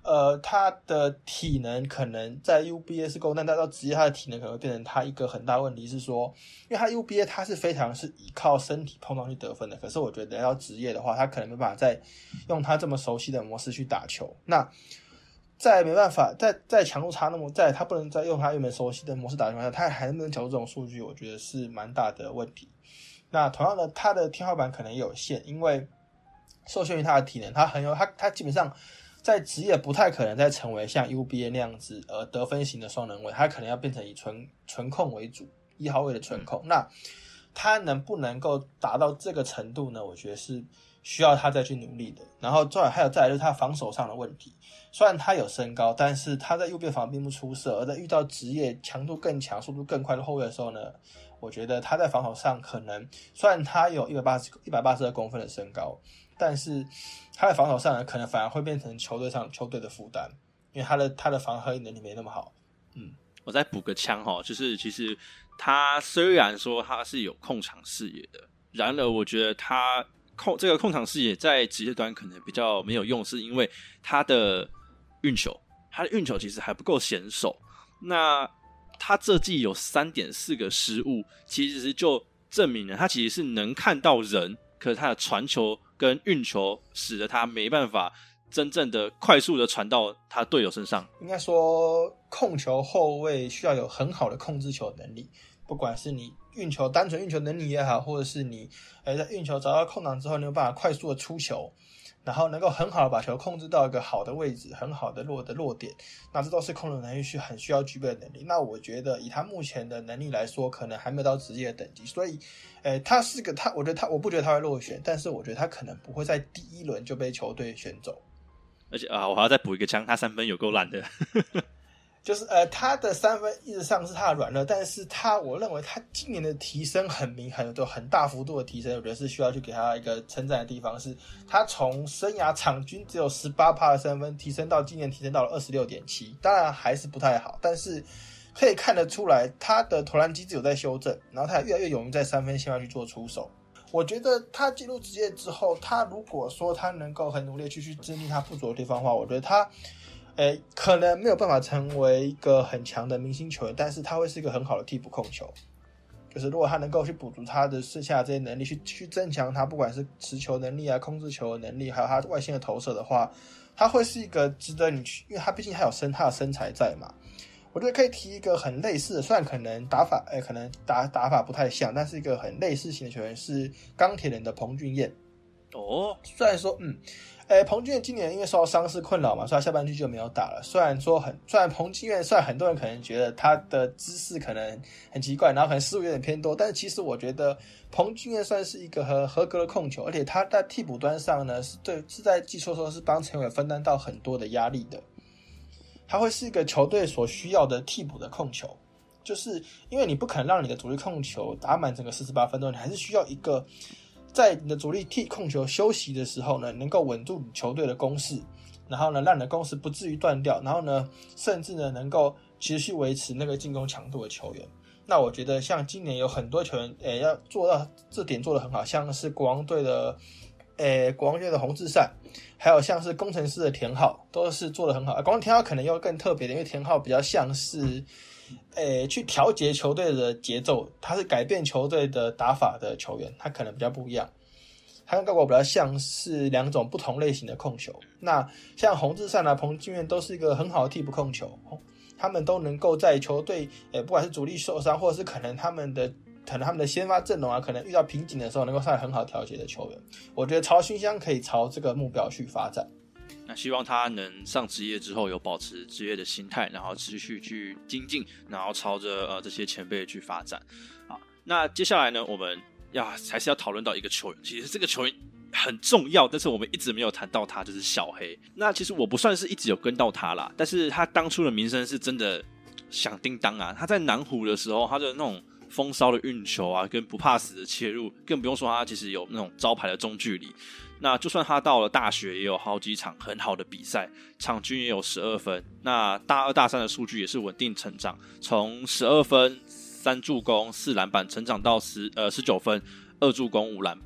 呃，他的体能可能在 U B A 是够，但到职业他的体能可能会变成他一个很大问题是说，因为他 U B A 他是非常是依靠身体碰撞去得分的，可是我觉得要职业的话，他可能没办法再用他这么熟悉的模式去打球。那在没办法，在在强度差那么，在他不能再用他原本熟悉的模式打球下，他还能不能缴出这种数据，我觉得是蛮大的问题。那同样的，他的天花板可能也有限，因为受限于他的体能，他很有他他基本上在职业不太可能再成为像 U B A 那样子呃得分型的双能卫，他可能要变成以纯纯控为主，一号位的纯控。那他能不能够达到这个程度呢？我觉得是需要他再去努力的。然后再来还有再来就是他防守上的问题，虽然他有身高，但是他在 U B A 防并不出色，而在遇到职业强度更强、速度更快的后卫的时候呢，我觉得他在防守上可能，虽然他有一百八十、一百八十二公分的身高，但是他在防守上呢，可能反而会变成球队上球队的负担，因为他的他的防合能力没那么好。嗯， 我再补个枪哈，就是其实他虽然说他是有控场视野的，然而我觉得他控这个控场视野在职业端可能比较没有用，是因为他的运球，他的运球其实还不够娴熟。那他这季有 三点四 个失误，其实就证明了他其实是能看到人，可是他的传球跟运球使得他没办法真正的快速的传到他队友身上。 应该说控球后卫需要有很好的控制球能力，不管是你运球单纯运球能力也好，或者是你呃在运球找到空档之后，你有办法快速的出球，然后能够很好的把球控制到一个好的位置，很好的落的落点，那这都是控球能力是很需要具备的能力。那我觉得以他目前的能力来说，可能还没有到职业的等级，所以，呃，他是个他，我觉得他我不觉得他会落选，但是我觉得他可能不会在第一轮就被球队选走。 而且啊，我还要再补一个枪，他三分有够烂的。 就是呃，他的三分一直上是他的软肋，但是他我认为他今年的提升很明很有很大幅度的提升，我觉得是需要去给他一个称赞的地方，是他从生涯场均只有 百分之十八 的三分提升到今年提升到了 二十六点七， 当然还是不太好，但是可以看得出来他的投篮机制有在修正，然后他也越来越勇于在三分线外去做出手。我觉得他进入职业之后，他如果说他能够很努力去去增进他不足的地方的话，我觉得他诶，可能没有办法成为一个很强的明星球员，但是他会是一个很好的替补控球。就是如果他能够去补足他的剩下的这些能力，去去增强他不管是持球能力啊、控制球的能力，还有他外线的投射的话，他会是一个值得你去，因为他毕竟他有身他的身材在嘛。我觉得可以提一个很类似的，虽然可能打法诶可能打打法不太像，但是一个很类似型的球员是钢铁人的彭俊彦。 哦， 虽然说嗯。诶，彭俊彦今年因为受到伤势困扰嘛，所以他下半季就没有打了。虽然说很，虽然彭俊彦，虽然很多人可能觉得他的姿势可能很奇怪，然后可能失误有点偏多，但是其实我觉得彭俊彦算是一个很合格的控球，而且他在替补端上呢，是对是在季初的时候是帮陈伟分担到很多的压力的。他会是一个球队所需要的替补的控球，就是因为你不可能让你的主力控球打满整个四十八分钟，你还是需要一个。在你的主力替控球休息的时候呢，能够稳住你球队的攻势，然后呢，让你的攻势不至于断掉，然后呢，甚至呢，能够持续维持那个进攻强度的球员。那我觉得像今年有很多球员，诶，要做到这点做得很好，像是国王队的，诶，国王队的洪志善，还有像是工程师的田浩，都是做得很好。国王田浩可能又更特别的，因为田浩比较像是。诶，去调节球队的节奏，他是改变球队的打法的球员，他可能比较不一样。他跟高国比较像是两种不同类型的控球。那像洪志善啊、彭俊彦都是一个很好的替补控球，他们都能够在球队，诶，不管是主力受伤，或者是可能他们的可能他们的先发阵容啊，可能遇到瓶颈的时候，能够上来很好调节的球员。我觉得曹勋香可以朝这个目标去发展。 那希望他能上职业之后有保持职业的心态，然后持续去精进，然后朝着呃这些前辈去发展。好，那接下来呢，我们要还是要讨论到一个球员，其实这个球员很重要，但是我们一直没有谈到他，就是小黑。那其实我不算是一直有跟到他啦，但是他当初的名声是真的响叮当啊！他在南湖的时候，他的那种风骚的运球啊，跟不怕死的切入，更不用说他其实有那种招牌的中距离。那就算他到了大学，也有好几场很好的比赛，场均也有十二分。那大二大三的数据也是稳定成长，从十二分、三助攻、四篮板，成长到十呃十九分、二助攻、五篮板。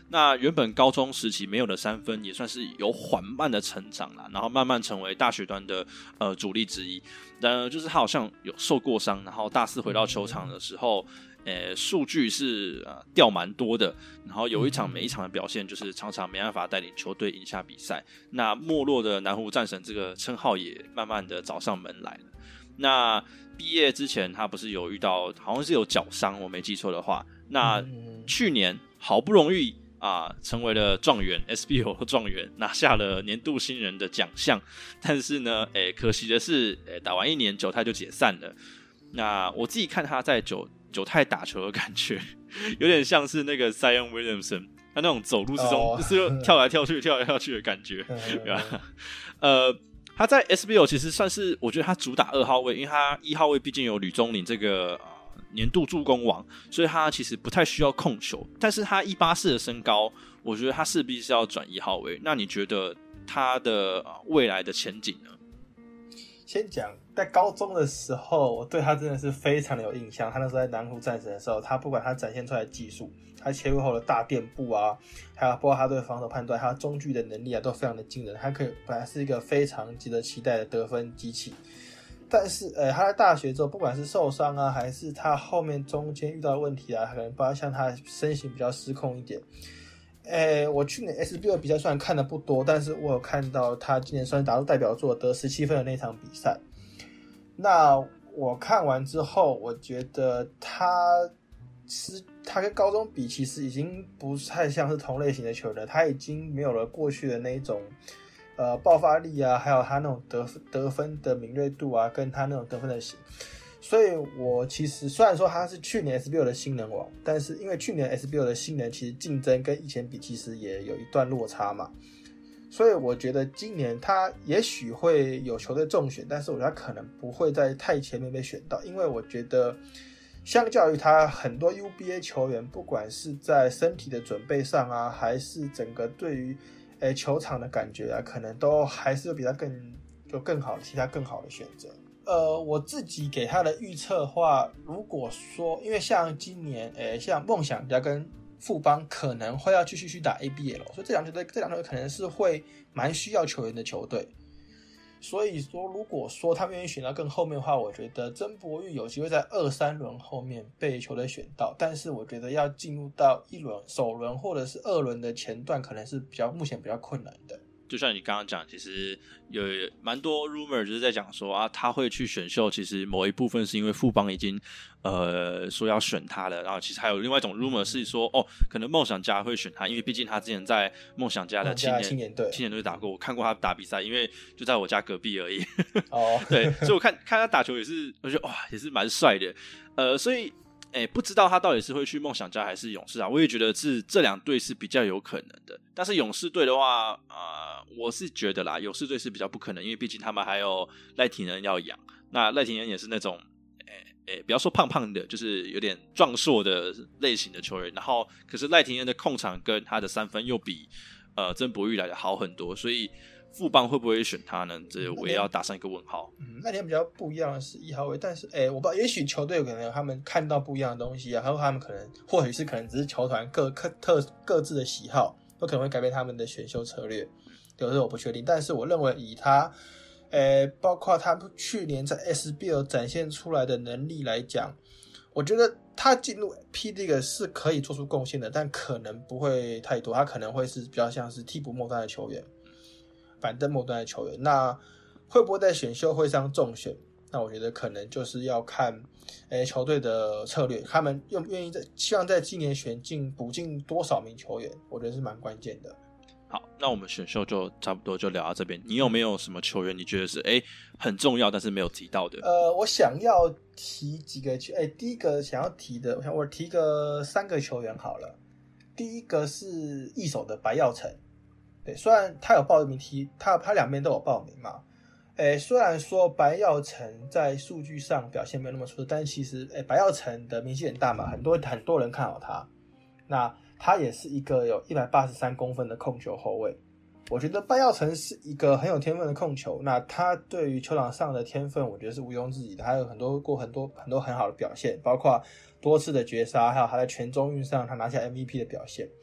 那原本高中时期没有的三分，也算是有缓慢的成长啦，然后慢慢成为大学端的呃主力之一。然而，就是他好像有受过伤，然后大四回到球场的时候，呃，数据是呃掉蛮多的，然后有一场每一场的表现，就是常常没办法带领球队赢下比赛。那没落的南湖战神这个称号也慢慢的找上门来了。那毕业之前，他不是有遇到好像是有脚伤，我没记错的话。那去年好不容易啊成为了状元 S B L 的状元，拿下了年度新人的奖项。但是呢，诶，可惜的是，诶，打完一年九太就解散了。那我自己看他在九九太打球的感觉，有点像是那个 Zion Williamson， 他那种走路之中、oh. 就是跳来跳去、跳来跳去的感觉，对吧？呃。他在 S B L 其实算是，我觉得他主打二号位，因为他一号位毕竟有吕宗麟这个、呃、年度助攻王，所以他其实不太需要控球。但是他一百八十四的身高，我觉得他势必是要转一号位。那你觉得他的、呃、未来的前景呢？ 先讲在高中的时候，我对他真的是非常的有印象。他那时候在南湖战神的时候，他不管他展现出来的技术，他切入后的大垫步啊，还有包括他对防守判断，还有中距的能力啊，都非常的惊人。他可以本来是一个非常值得期待的得分机器，但是呃，他在大学之后，不管是受伤啊，还是他后面中间遇到的问题啊，可能包括像他身形比较失控一点。诶，我去年 S B L 比赛虽然看的不多，但是我有看到他今年算是打入代表作得十七分的那场比赛。那我看完之后，我觉得他是他跟高中比，其实已经不太像是同类型的球员了。他已经没有了过去的那一种呃爆发力啊，还有他那种得得分的敏锐度啊，跟他那种得分的型。所以我其实虽然说他是去年 S B L 的新人王，但是因为去年 S B L 的新人其实竞争跟以前比其实也有一段落差嘛，所以我觉得今年他也许会有球队中选，但是我觉得他可能不会在太前面被选到，因为我觉得相较于他很多 U B A 球员，不管是在身体的准备上啊，还是整个对于诶球场的感觉啊，可能都还是有比他更有更好的其他更好的选择。呃，我自己给他的预测的话，如果说，因为像今年，诶，像梦想家跟富邦可能会要继续去打 A B L， 所以这两球队这两球队可能是会蛮需要球员的球队。所以说，如果说他们愿意选到更后面的话，我觉得曾博玉有机会在二三轮后面被球队选到，但是我觉得要进入到一轮首轮或者是二轮的前段，可能是比较目前比较困难的。 就像你刚刚讲，其实有蛮多 rumor 就是在讲说啊，他会去选秀，其实某一部分是因为富邦已经呃说要选他了，然后其实还有另外一种 rumor 是说，哦，可能梦想家会选他，因为毕竟他之前在梦想家的青年青年队青年队打过，我看过他打比赛，因为就在我家隔壁而已。 哦， 对，所以我看看他打球也是，我觉得哇，也是蛮帅的，呃，所以。欸，不知道他到底是会去梦想家还是勇士啊？我也觉得是这两队是比较有可能的。但是勇士队的话，呃，我是觉得啦，勇士队是比较不可能，因为毕竟他们还有赖廷恩要养。那赖廷恩也是那种，欸欸，不要说胖胖的，就是有点壮硕的类型的球员。然后，可是赖廷恩的控场跟他的三分又比呃曾博玉来的好很多，所以。富邦会不会选他呢？这我也要打上一个问号。 嗯，那天比较不一样的是一号位，但是哎，我不知道，也许球队可能他们看到不一样的东西啊，还有他们可能或许是可能只是球团各特各自的喜好，都可能会改变他们的选秀策略，有时候我不确定。但是我认为以他，哎，包括他去年在 S B L 展现出来的能力来讲，我觉得他进入 P. League 是可以做出贡献的，但可能不会太多，他可能会是比较像是替补末端的球员。板凳末端的球员，那会不会在选秀会上中选？那我觉得可能就是要看，诶球队的策略，他们愿不愿意在希望在今年选进补进多少名球员，我觉得是蛮关键的。 好，那我们选秀就差不多就聊到这边。你有没有什么球员你觉得是诶很重要，但是没有提到的？ 呃，我想要提几个，诶，第一个想要提的，我想我提个三个球员好了。第一个是一手的白耀成。对，虽然他有报名提，他他两边都有报名嘛。诶，虽然说白耀成在数据上表现没有那么出色，但其实诶白耀成的名气很大嘛，很多很多人看好他。那他也是一个有一百八十三公分的控球后卫。我觉得白耀成是一个很有天分的控球，那他对于球场上的天分，我觉得是毋庸置疑的。还有很多过很多很多很好的表现，包括多次的绝杀，还有他在全中运上他拿下 M V P 的表现。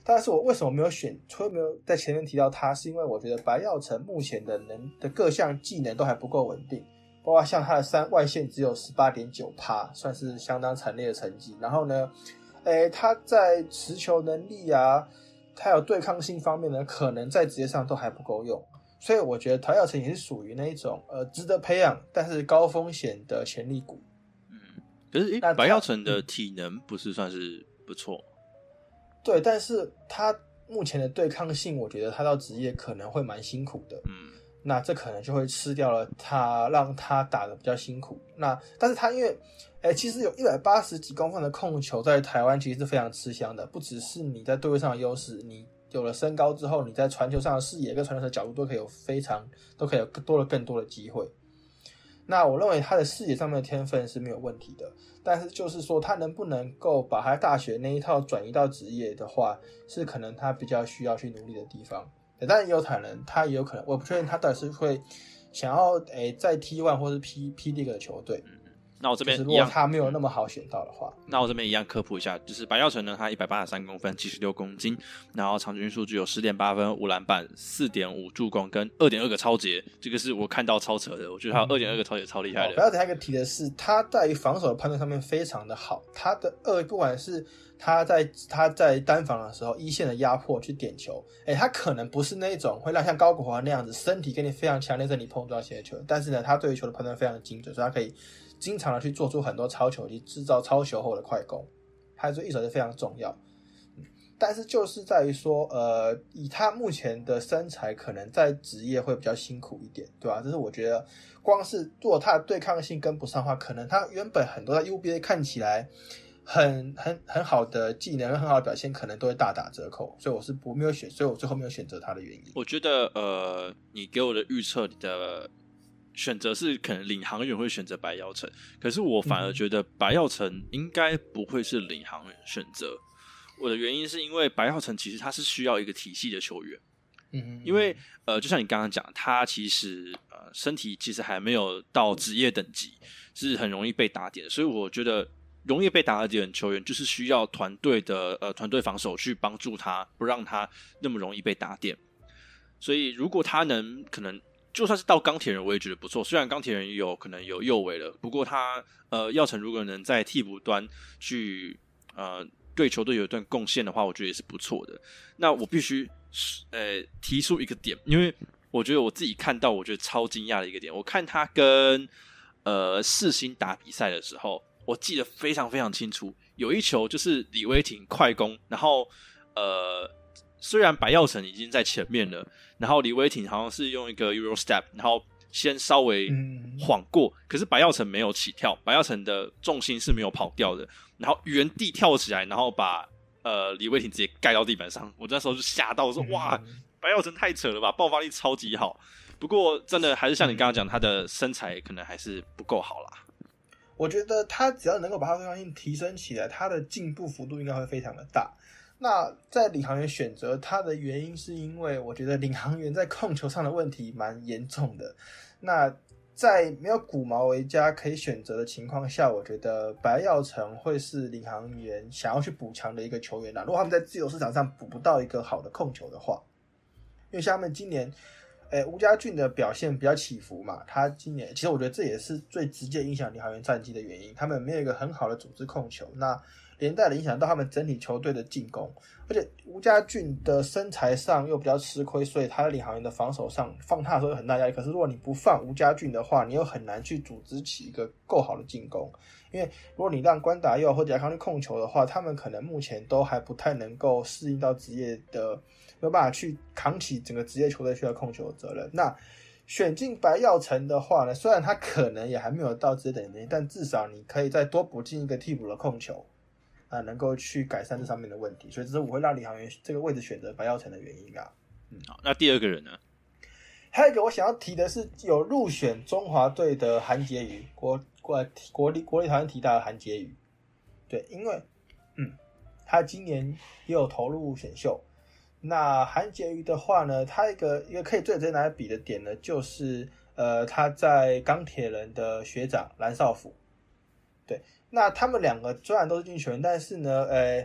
但是我为什么没有选，除了没有在前面提到他，是因为我觉得白耀成目前的能的各项技能都还不够稳定，包括像他的三外线只有 百分之十八点九， 算是相当惨烈的成绩。然后呢，诶，他在持球能力啊，还有对抗性方面呢，可能在职业上都还不够用。所以我觉得白耀成也是属于那一种呃值得培养，但是高风险的潜力股。 嗯，可是诶，白耀成的体能不是算是不错？ 对，但是他目前的对抗性，我觉得他到职业可能会蛮辛苦的。 嗯， 那这可能就会吃掉了他，让他打得比较辛苦。那但是他因为，哎，其实有一百八十几公分的控球在台湾其实是非常吃香的，不只是你在对位上的优势，你有了身高之后，你在传球上的视野跟传球的角度都可以有非常都可以有多了更多的机会。那我认为他的视野上面的天分是没有问题的，但是就是说他能不能够把他大学那一套转移到职业的话，是可能他比较需要去努力的地方。当然也有可能，他也有可能，我不确定他到底是会想要诶在 T 一 或是 P P League 的球队。 嗯，那我这边如果他没有那么好选到的话， 那我这边一样科普一下，就是白耀成呢，他一百八十三公分，七十六公斤，然后场均数据有 十点八 分、五篮板、四点五助攻跟 二点二 个超节，这个是我看到超扯的，我觉得他有 二点二 个超节超厉害的。 白耀成还有一个提的是，他在于防守的判断上面非常的好，他的二不管是他在他在单防的时候一线的压迫去点球，诶，他可能不是那种会让像高国华那样子身体跟你非常强烈身体碰撞型的球，但是呢，他对于球的判断非常精准，所以他可以经常的去做出很多超球，去制造超球后的快攻，他的一手是非常重要。但是就是在于说，呃，以他目前的身材，可能在职业会比较辛苦一点，对吧？这是我觉得，光是如果他的对抗性跟不上的话，可能他原本很多在 U B A 看起来很很很好的技能、很好的表现，可能都会大打折扣。所以我是不没有选，所以我最后没有选择他的原因。 我觉得，呃，你给我的预测，你的选择是可能领航员会选择白耀成，可是我反而觉得白耀成应该不会是领航员选择。我的原因是因为白耀成其实他是需要一个体系的球员，嗯，因为呃，就像你刚刚讲，他其实呃身体其实还没有到职业等级，是很容易被打点，所以我觉得容易被打点的球员就是需要团队的呃团队防守去帮助他，不让他那么容易被打点。所以如果他能可能就算是到钢铁人，我也觉得不错。虽然钢铁人有可能有右尾了，不过他呃耀成如果能在替补端去呃。对球队有一段贡献的话，我觉得也是不错的。那我必须呃提出一个点，因为我觉得我自己看到，我觉得超惊讶的一个点。我看他跟呃世新打比赛的时候，我记得非常非常清楚。有一球就是李威霆快攻，然后呃虽然白耀成已经在前面了，然后李威霆好像是用一个 Euro Step， 然后先稍微晃过，可是白耀成没有起跳，白耀成的重心是没有跑掉的。然后原地跳起来，然后把呃李威霆直接盖到地板上。我那时候就吓到，我说哇，白耀成太扯了吧，爆发力超级好。不过真的还是像你刚刚讲，他的身材可能还是不够好啦。 我觉得他只要能够把他对抗性提升起来，他的进步幅度应该会非常的大。那在领航员选择他的原因，是因为我觉得领航员在控球上的问题蛮严重的。那在没有古毛维加可以选择的情况下，我觉得白耀成会是领航员想要去补强的一个球员啦。如果他们在自由市场上补不到一个好的控球的话，因为像他们今年，诶吴家俊的表现比较起伏嘛，他今年其实我觉得这也是最直接影响领航员战绩的原因，他们没有一个很好的组织控球，那连带的影响到他们整体球队的进攻，而且吴家俊的身材上又比较吃亏，所以他在领航员的防守上放他的时候有很大压力。可是如果你不放吴家俊的话，你又很难去组织起一个够好的进攻，因为如果你让关达佑或者亚康去控球的话，他们可能目前都还不太能够适应到职业的，没有办法去扛起整个职业球队需要控球的责任。那选进白耀成的话呢，虽然他可能也还没有到职业等级，但至少你可以再多补进一个替补的控球。啊，能够去改善这上面的问题，所以这是我会让领航员这个位置选择白耀成的原因啊。 嗯，好，那第二个人呢？ 还有一个我想要提的是，有入选中华队的韩杰瑜，国国国立国立台湾体大的韩杰瑜。对，因为嗯，他今年也有投入选秀。那韩杰瑜的话呢，他一个一个可以最直接拿来比的点呢，就是呃他在钢铁人的学长蓝少辅。对。那他们两个虽然都是进球员，但是呢，呃，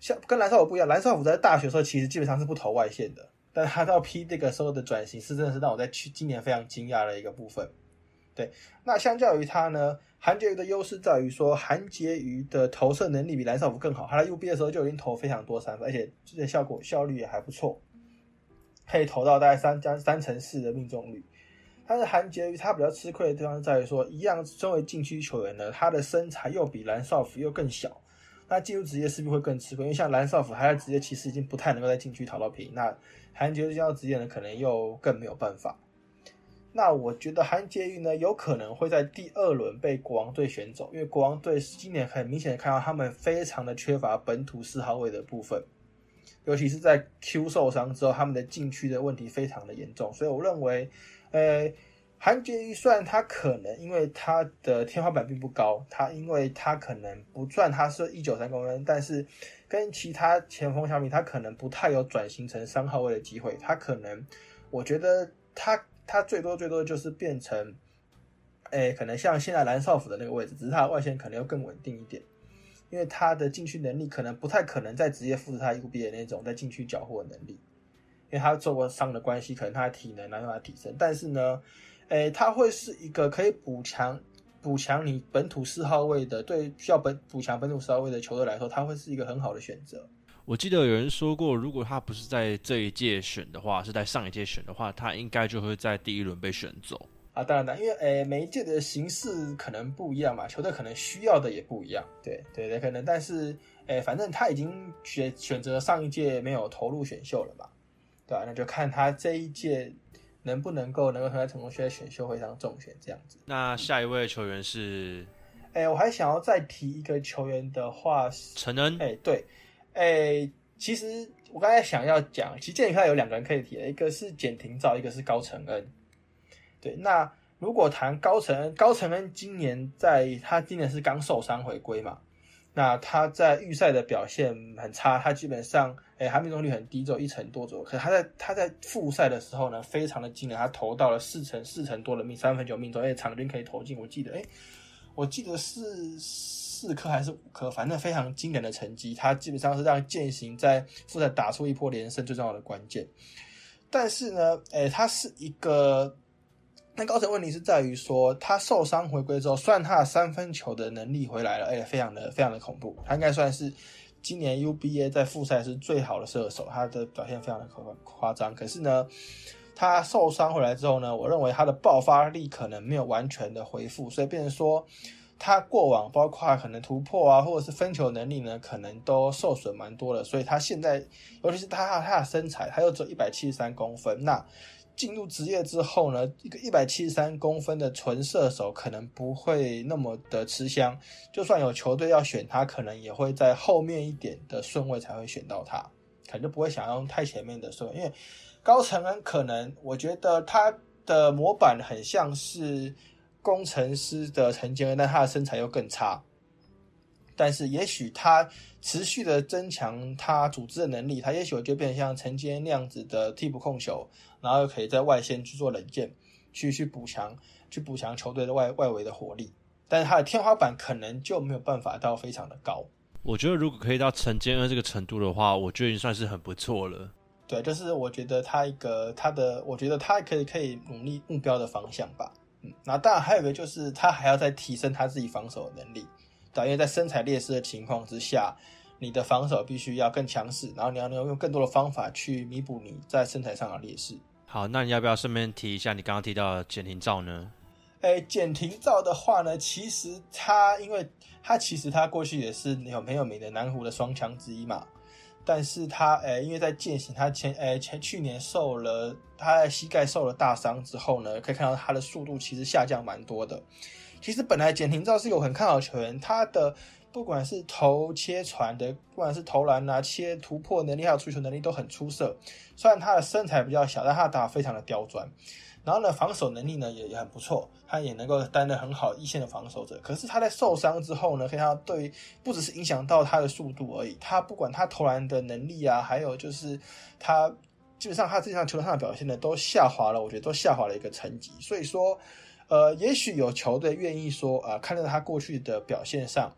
像跟蓝少辅不一样，蓝少辅在大学的时候其实基本上是不投外线的，但他到 P 这个时候的转型是真的是让我在去今年非常惊讶的一个部分。对，那相较于他呢，韩杰瑜的优势在于说，韩杰瑜的投射能力比蓝少辅更好。他在 U B 的时候就已经投非常多三分，而且这些效果效率也还不错，可以投到大概三将三成四的命中率。但是韩杰瑜他比较吃亏的地方在于说，一样身为禁区球员呢，他的身材又比蓝少辅又更小，那进入职业势必会更吃亏。因为像蓝少辅他在职业其实已经不太能够在禁区讨到便宜，那韩杰瑜进到职业呢，可能又更没有办法。那我觉得韩杰瑜呢，有可能会在第二轮被国王队选走，因为国王队今年很明显的看到他们非常的缺乏本土四号位的部分，尤其是在 Q 受伤之后，他们的禁区的问题非常的严重，所以我认为，呃，韩杰瑜虽然他可能因为他的天花板并不高，他因为他可能不算他是一百九十三公分，但是跟其他前锋相比，他可能不太有转型成三号位的机会，他可能，我觉得他。他最多最多就是变成，诶，可能像现在蓝少辅的那个位置，只是他的外线可能要更稳定一点，因为他的禁区能力可能不太可能再直接复制他 U B A 那种在禁区缴获的能力，因为他受过伤的关系，可能他的体能难办法提升。但是呢，诶，他会是一个可以补强补强你本土四号位的，对需要本补强本土四号位的球队来说，他会是一个很好的选择。 我记得有人说过，如果他不是在这一届选的话，是在上一届选的话，他应该就会在第一轮被选走啊。当然，因为诶每一届的形式可能不一样嘛，球队可能需要的也不一样，对对对，可能，但是诶反正他已经选选择上一届没有投入选秀了嘛，对吧、啊？那就看他这一届能不能够能够在成功在选秀会上中选这样子。 那下一位球员是， 诶我还想要再提一个球员的话， 陈恩， 诶对。诶，其实我刚才想要讲，其实建议看有两个人可以提，一个是简廷照，一个是高承恩。对，那如果谈高承恩，高承恩今年在他今年是刚受伤回归嘛，那他在预赛的表现很差，他基本上诶他命中率很低，只有一成多左右。可是他在他在复赛的时候呢，非常的惊人，他投到了四成四成多的命三分球命中，而且场均可以投进，我记得诶我记得是四颗还是五颗，反正非常惊人的成绩。他基本上是让践行在复赛打出一波连胜最重要的关键。但是呢，诶，他是一个，那高层问题是在于说，他受伤回归之后，虽然他的三分球的能力回来了，而且非常的非常的恐怖，他应该算是今年 U B A 在复赛是最好的射手，他的表现非常的夸张。可是呢，他受伤回来之后呢，我认为他的爆发力可能没有完全的恢复，所以变成说他过往包括可能突破啊，或者是分球能力呢，可能都受损蛮多的。所以他现在，尤其是他他的身材，他又只有一百七十三公分，那进入职业之后呢，一个一百七十三公分的纯射手可能不会那么的吃香，就算有球队要选他，可能也会在后面一点的顺位才会选到他，可能就不会想要用太前面的顺位，因为高承恩可能我觉得他的模板很像是工程师的陈建恩，但他的身材又更差。但是也许他持续的增强他组织的能力，他也许我就变成像陈建恩那样子的替补控球，然后又可以在外线去做冷箭，去去补强，去补强球队的外外围的火力。但是他的天花板可能就没有办法到非常的高。 我觉得如果可以到陈建恩这个程度的话，我觉得已经算是很不错了。 对，就是我觉得他一个他的，我觉得他可以可以努力目标的方向吧。嗯，那当然还有一个就是他还要再提升他自己防守的能力，对，因为在身材劣势的情况之下，你的防守必须要更强势，然后你要能够用更多的方法去弥补你在身材上的劣势。 好，那你要不要顺便提一下你刚刚提到的简廷照呢？ 诶，简廷照的话呢，其实他因为他其实他过去也是有很有名的南湖的双枪之一嘛。但是他诶，因为在践行他前诶前去年受了他在膝盖受了大伤之后呢，可以看到他的速度其实下降蛮多的。其实本来简廷照是有很看好的球员，他的不管是投切传的，不管是投篮啊、切突破能力还有出球能力都很出色。虽然他的身材比较小，但他的打法非常的刁钻。然后呢，防守能力呢 也, 也很不错，他也能够担任很好一线的防守者。可是他在受伤之后呢，可以看到对不只是影响到他的速度而已，他不管他投篮的能力啊，还有就是他基本上他这场球场上的表现呢都下滑了，我觉得都下滑了一个层级。所以说，呃，也许有球队愿意说，呃，看在他过去的表现上，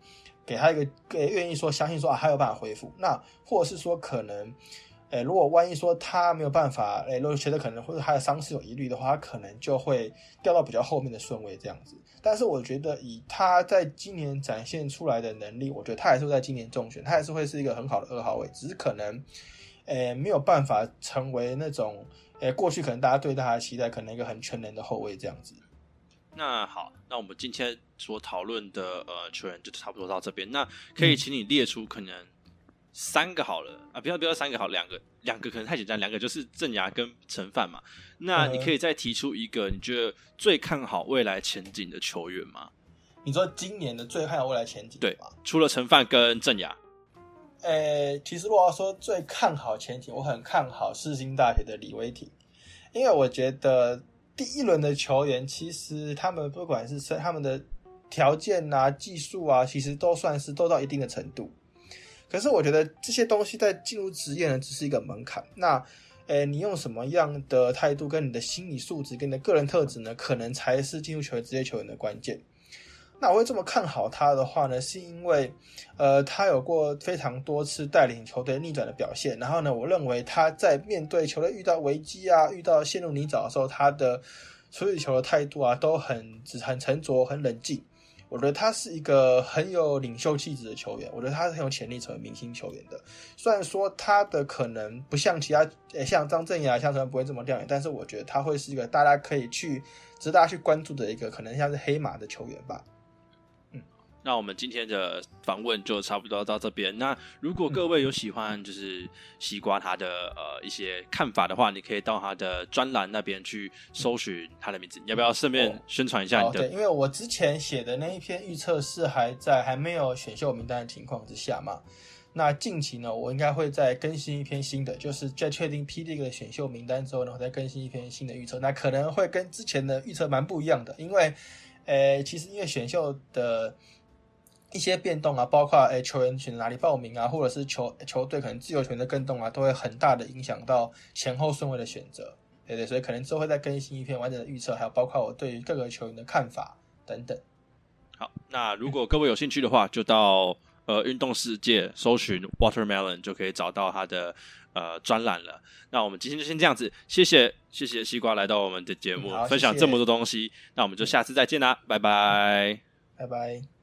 给他一个给愿意说相信说啊他有办法恢复，那或者是说可能。诶，如果万一说他没有办法，诶，如果觉得可能或者他的伤势有疑虑的话，他可能就会掉到比较后面的顺位这样子。但是我觉得以他在今年展现出来的能力，我觉得他还是会在今年中选，他还是会是一个很好的二号位，只是可能，诶，没有办法成为那种，诶，过去可能大家对他的期待，可能一个很全能的后卫这样子。 那好，那我们今天所讨论的呃球员就差不多到这边。那可以请你列出可能。三个好了啊，不要不要三个好，两个两个可能太简单，两个就是郑雅跟陈范嘛。那你可以再提出一个你觉得最看好未来前景的球员吗？ 你说今年的最看好未来前景？ 对，除了陈范跟郑雅。 呃，其实如果要说最看好前景，我很看好世新大学的李威霆，因为我觉得第一轮的球员其实他们不管是他们的条件啊、技术啊，其实都算是都到一定的程度。可是我觉得这些东西在进入职业呢，只是一个门槛。那，诶，你用什么样的态度、跟你的心理素质、跟你的个人特质呢，可能才是进入球员职业球员的关键。那我会这么看好他的话呢，是因为，呃，他有过非常多次带领球队逆转的表现。然后呢，我认为他在面对球队遇到危机啊、遇到陷入泥沼的时候，他的处理球的态度啊，都很很沉着、很冷静。我觉得他是一个很有领袖气质的球员，我觉得他是很有潜力成为明星球员的。虽然说他的可能不像其他，诶像张镇雅、像陈不会这么亮眼，但是我觉得他会是一个大家可以去值得大家去关注的一个可能像是黑马的球员吧。 嗯，那我们今天的访问就差不多到这边。那如果各位有喜欢就是西瓜他的呃一些看法的话，你可以到他的专栏那边去搜寻他的名字。你要不要顺便宣传一下你的？ 哦，对，因为我之前写的那一篇预测是还在还没有选秀名单的情况之下嘛。那近期呢，我应该会再更新一篇新的，就是在确定 P League 的选秀名单之后呢，我再更新一篇新的预测。那可能会跟之前的预测蛮不一样的，因为，呃，其实因为选秀的一些变动啊，包括诶球员选择哪里报名啊，或者是球球队可能自由球员的更动啊，都会很大的影响到前后顺位的选择。对对，所以可能之后会再更新一篇完整的预测，还有包括我对于各个球员的看法等等。 好，那如果各位有兴趣的话，就到呃运动世界搜寻 Watermelon 就可以找到他的呃专栏了。那我们今天就先这样子，谢谢谢谢西瓜来到我们的节目， 嗯、 分享这么多东西。那我们就下次再见啦，拜拜， 拜拜。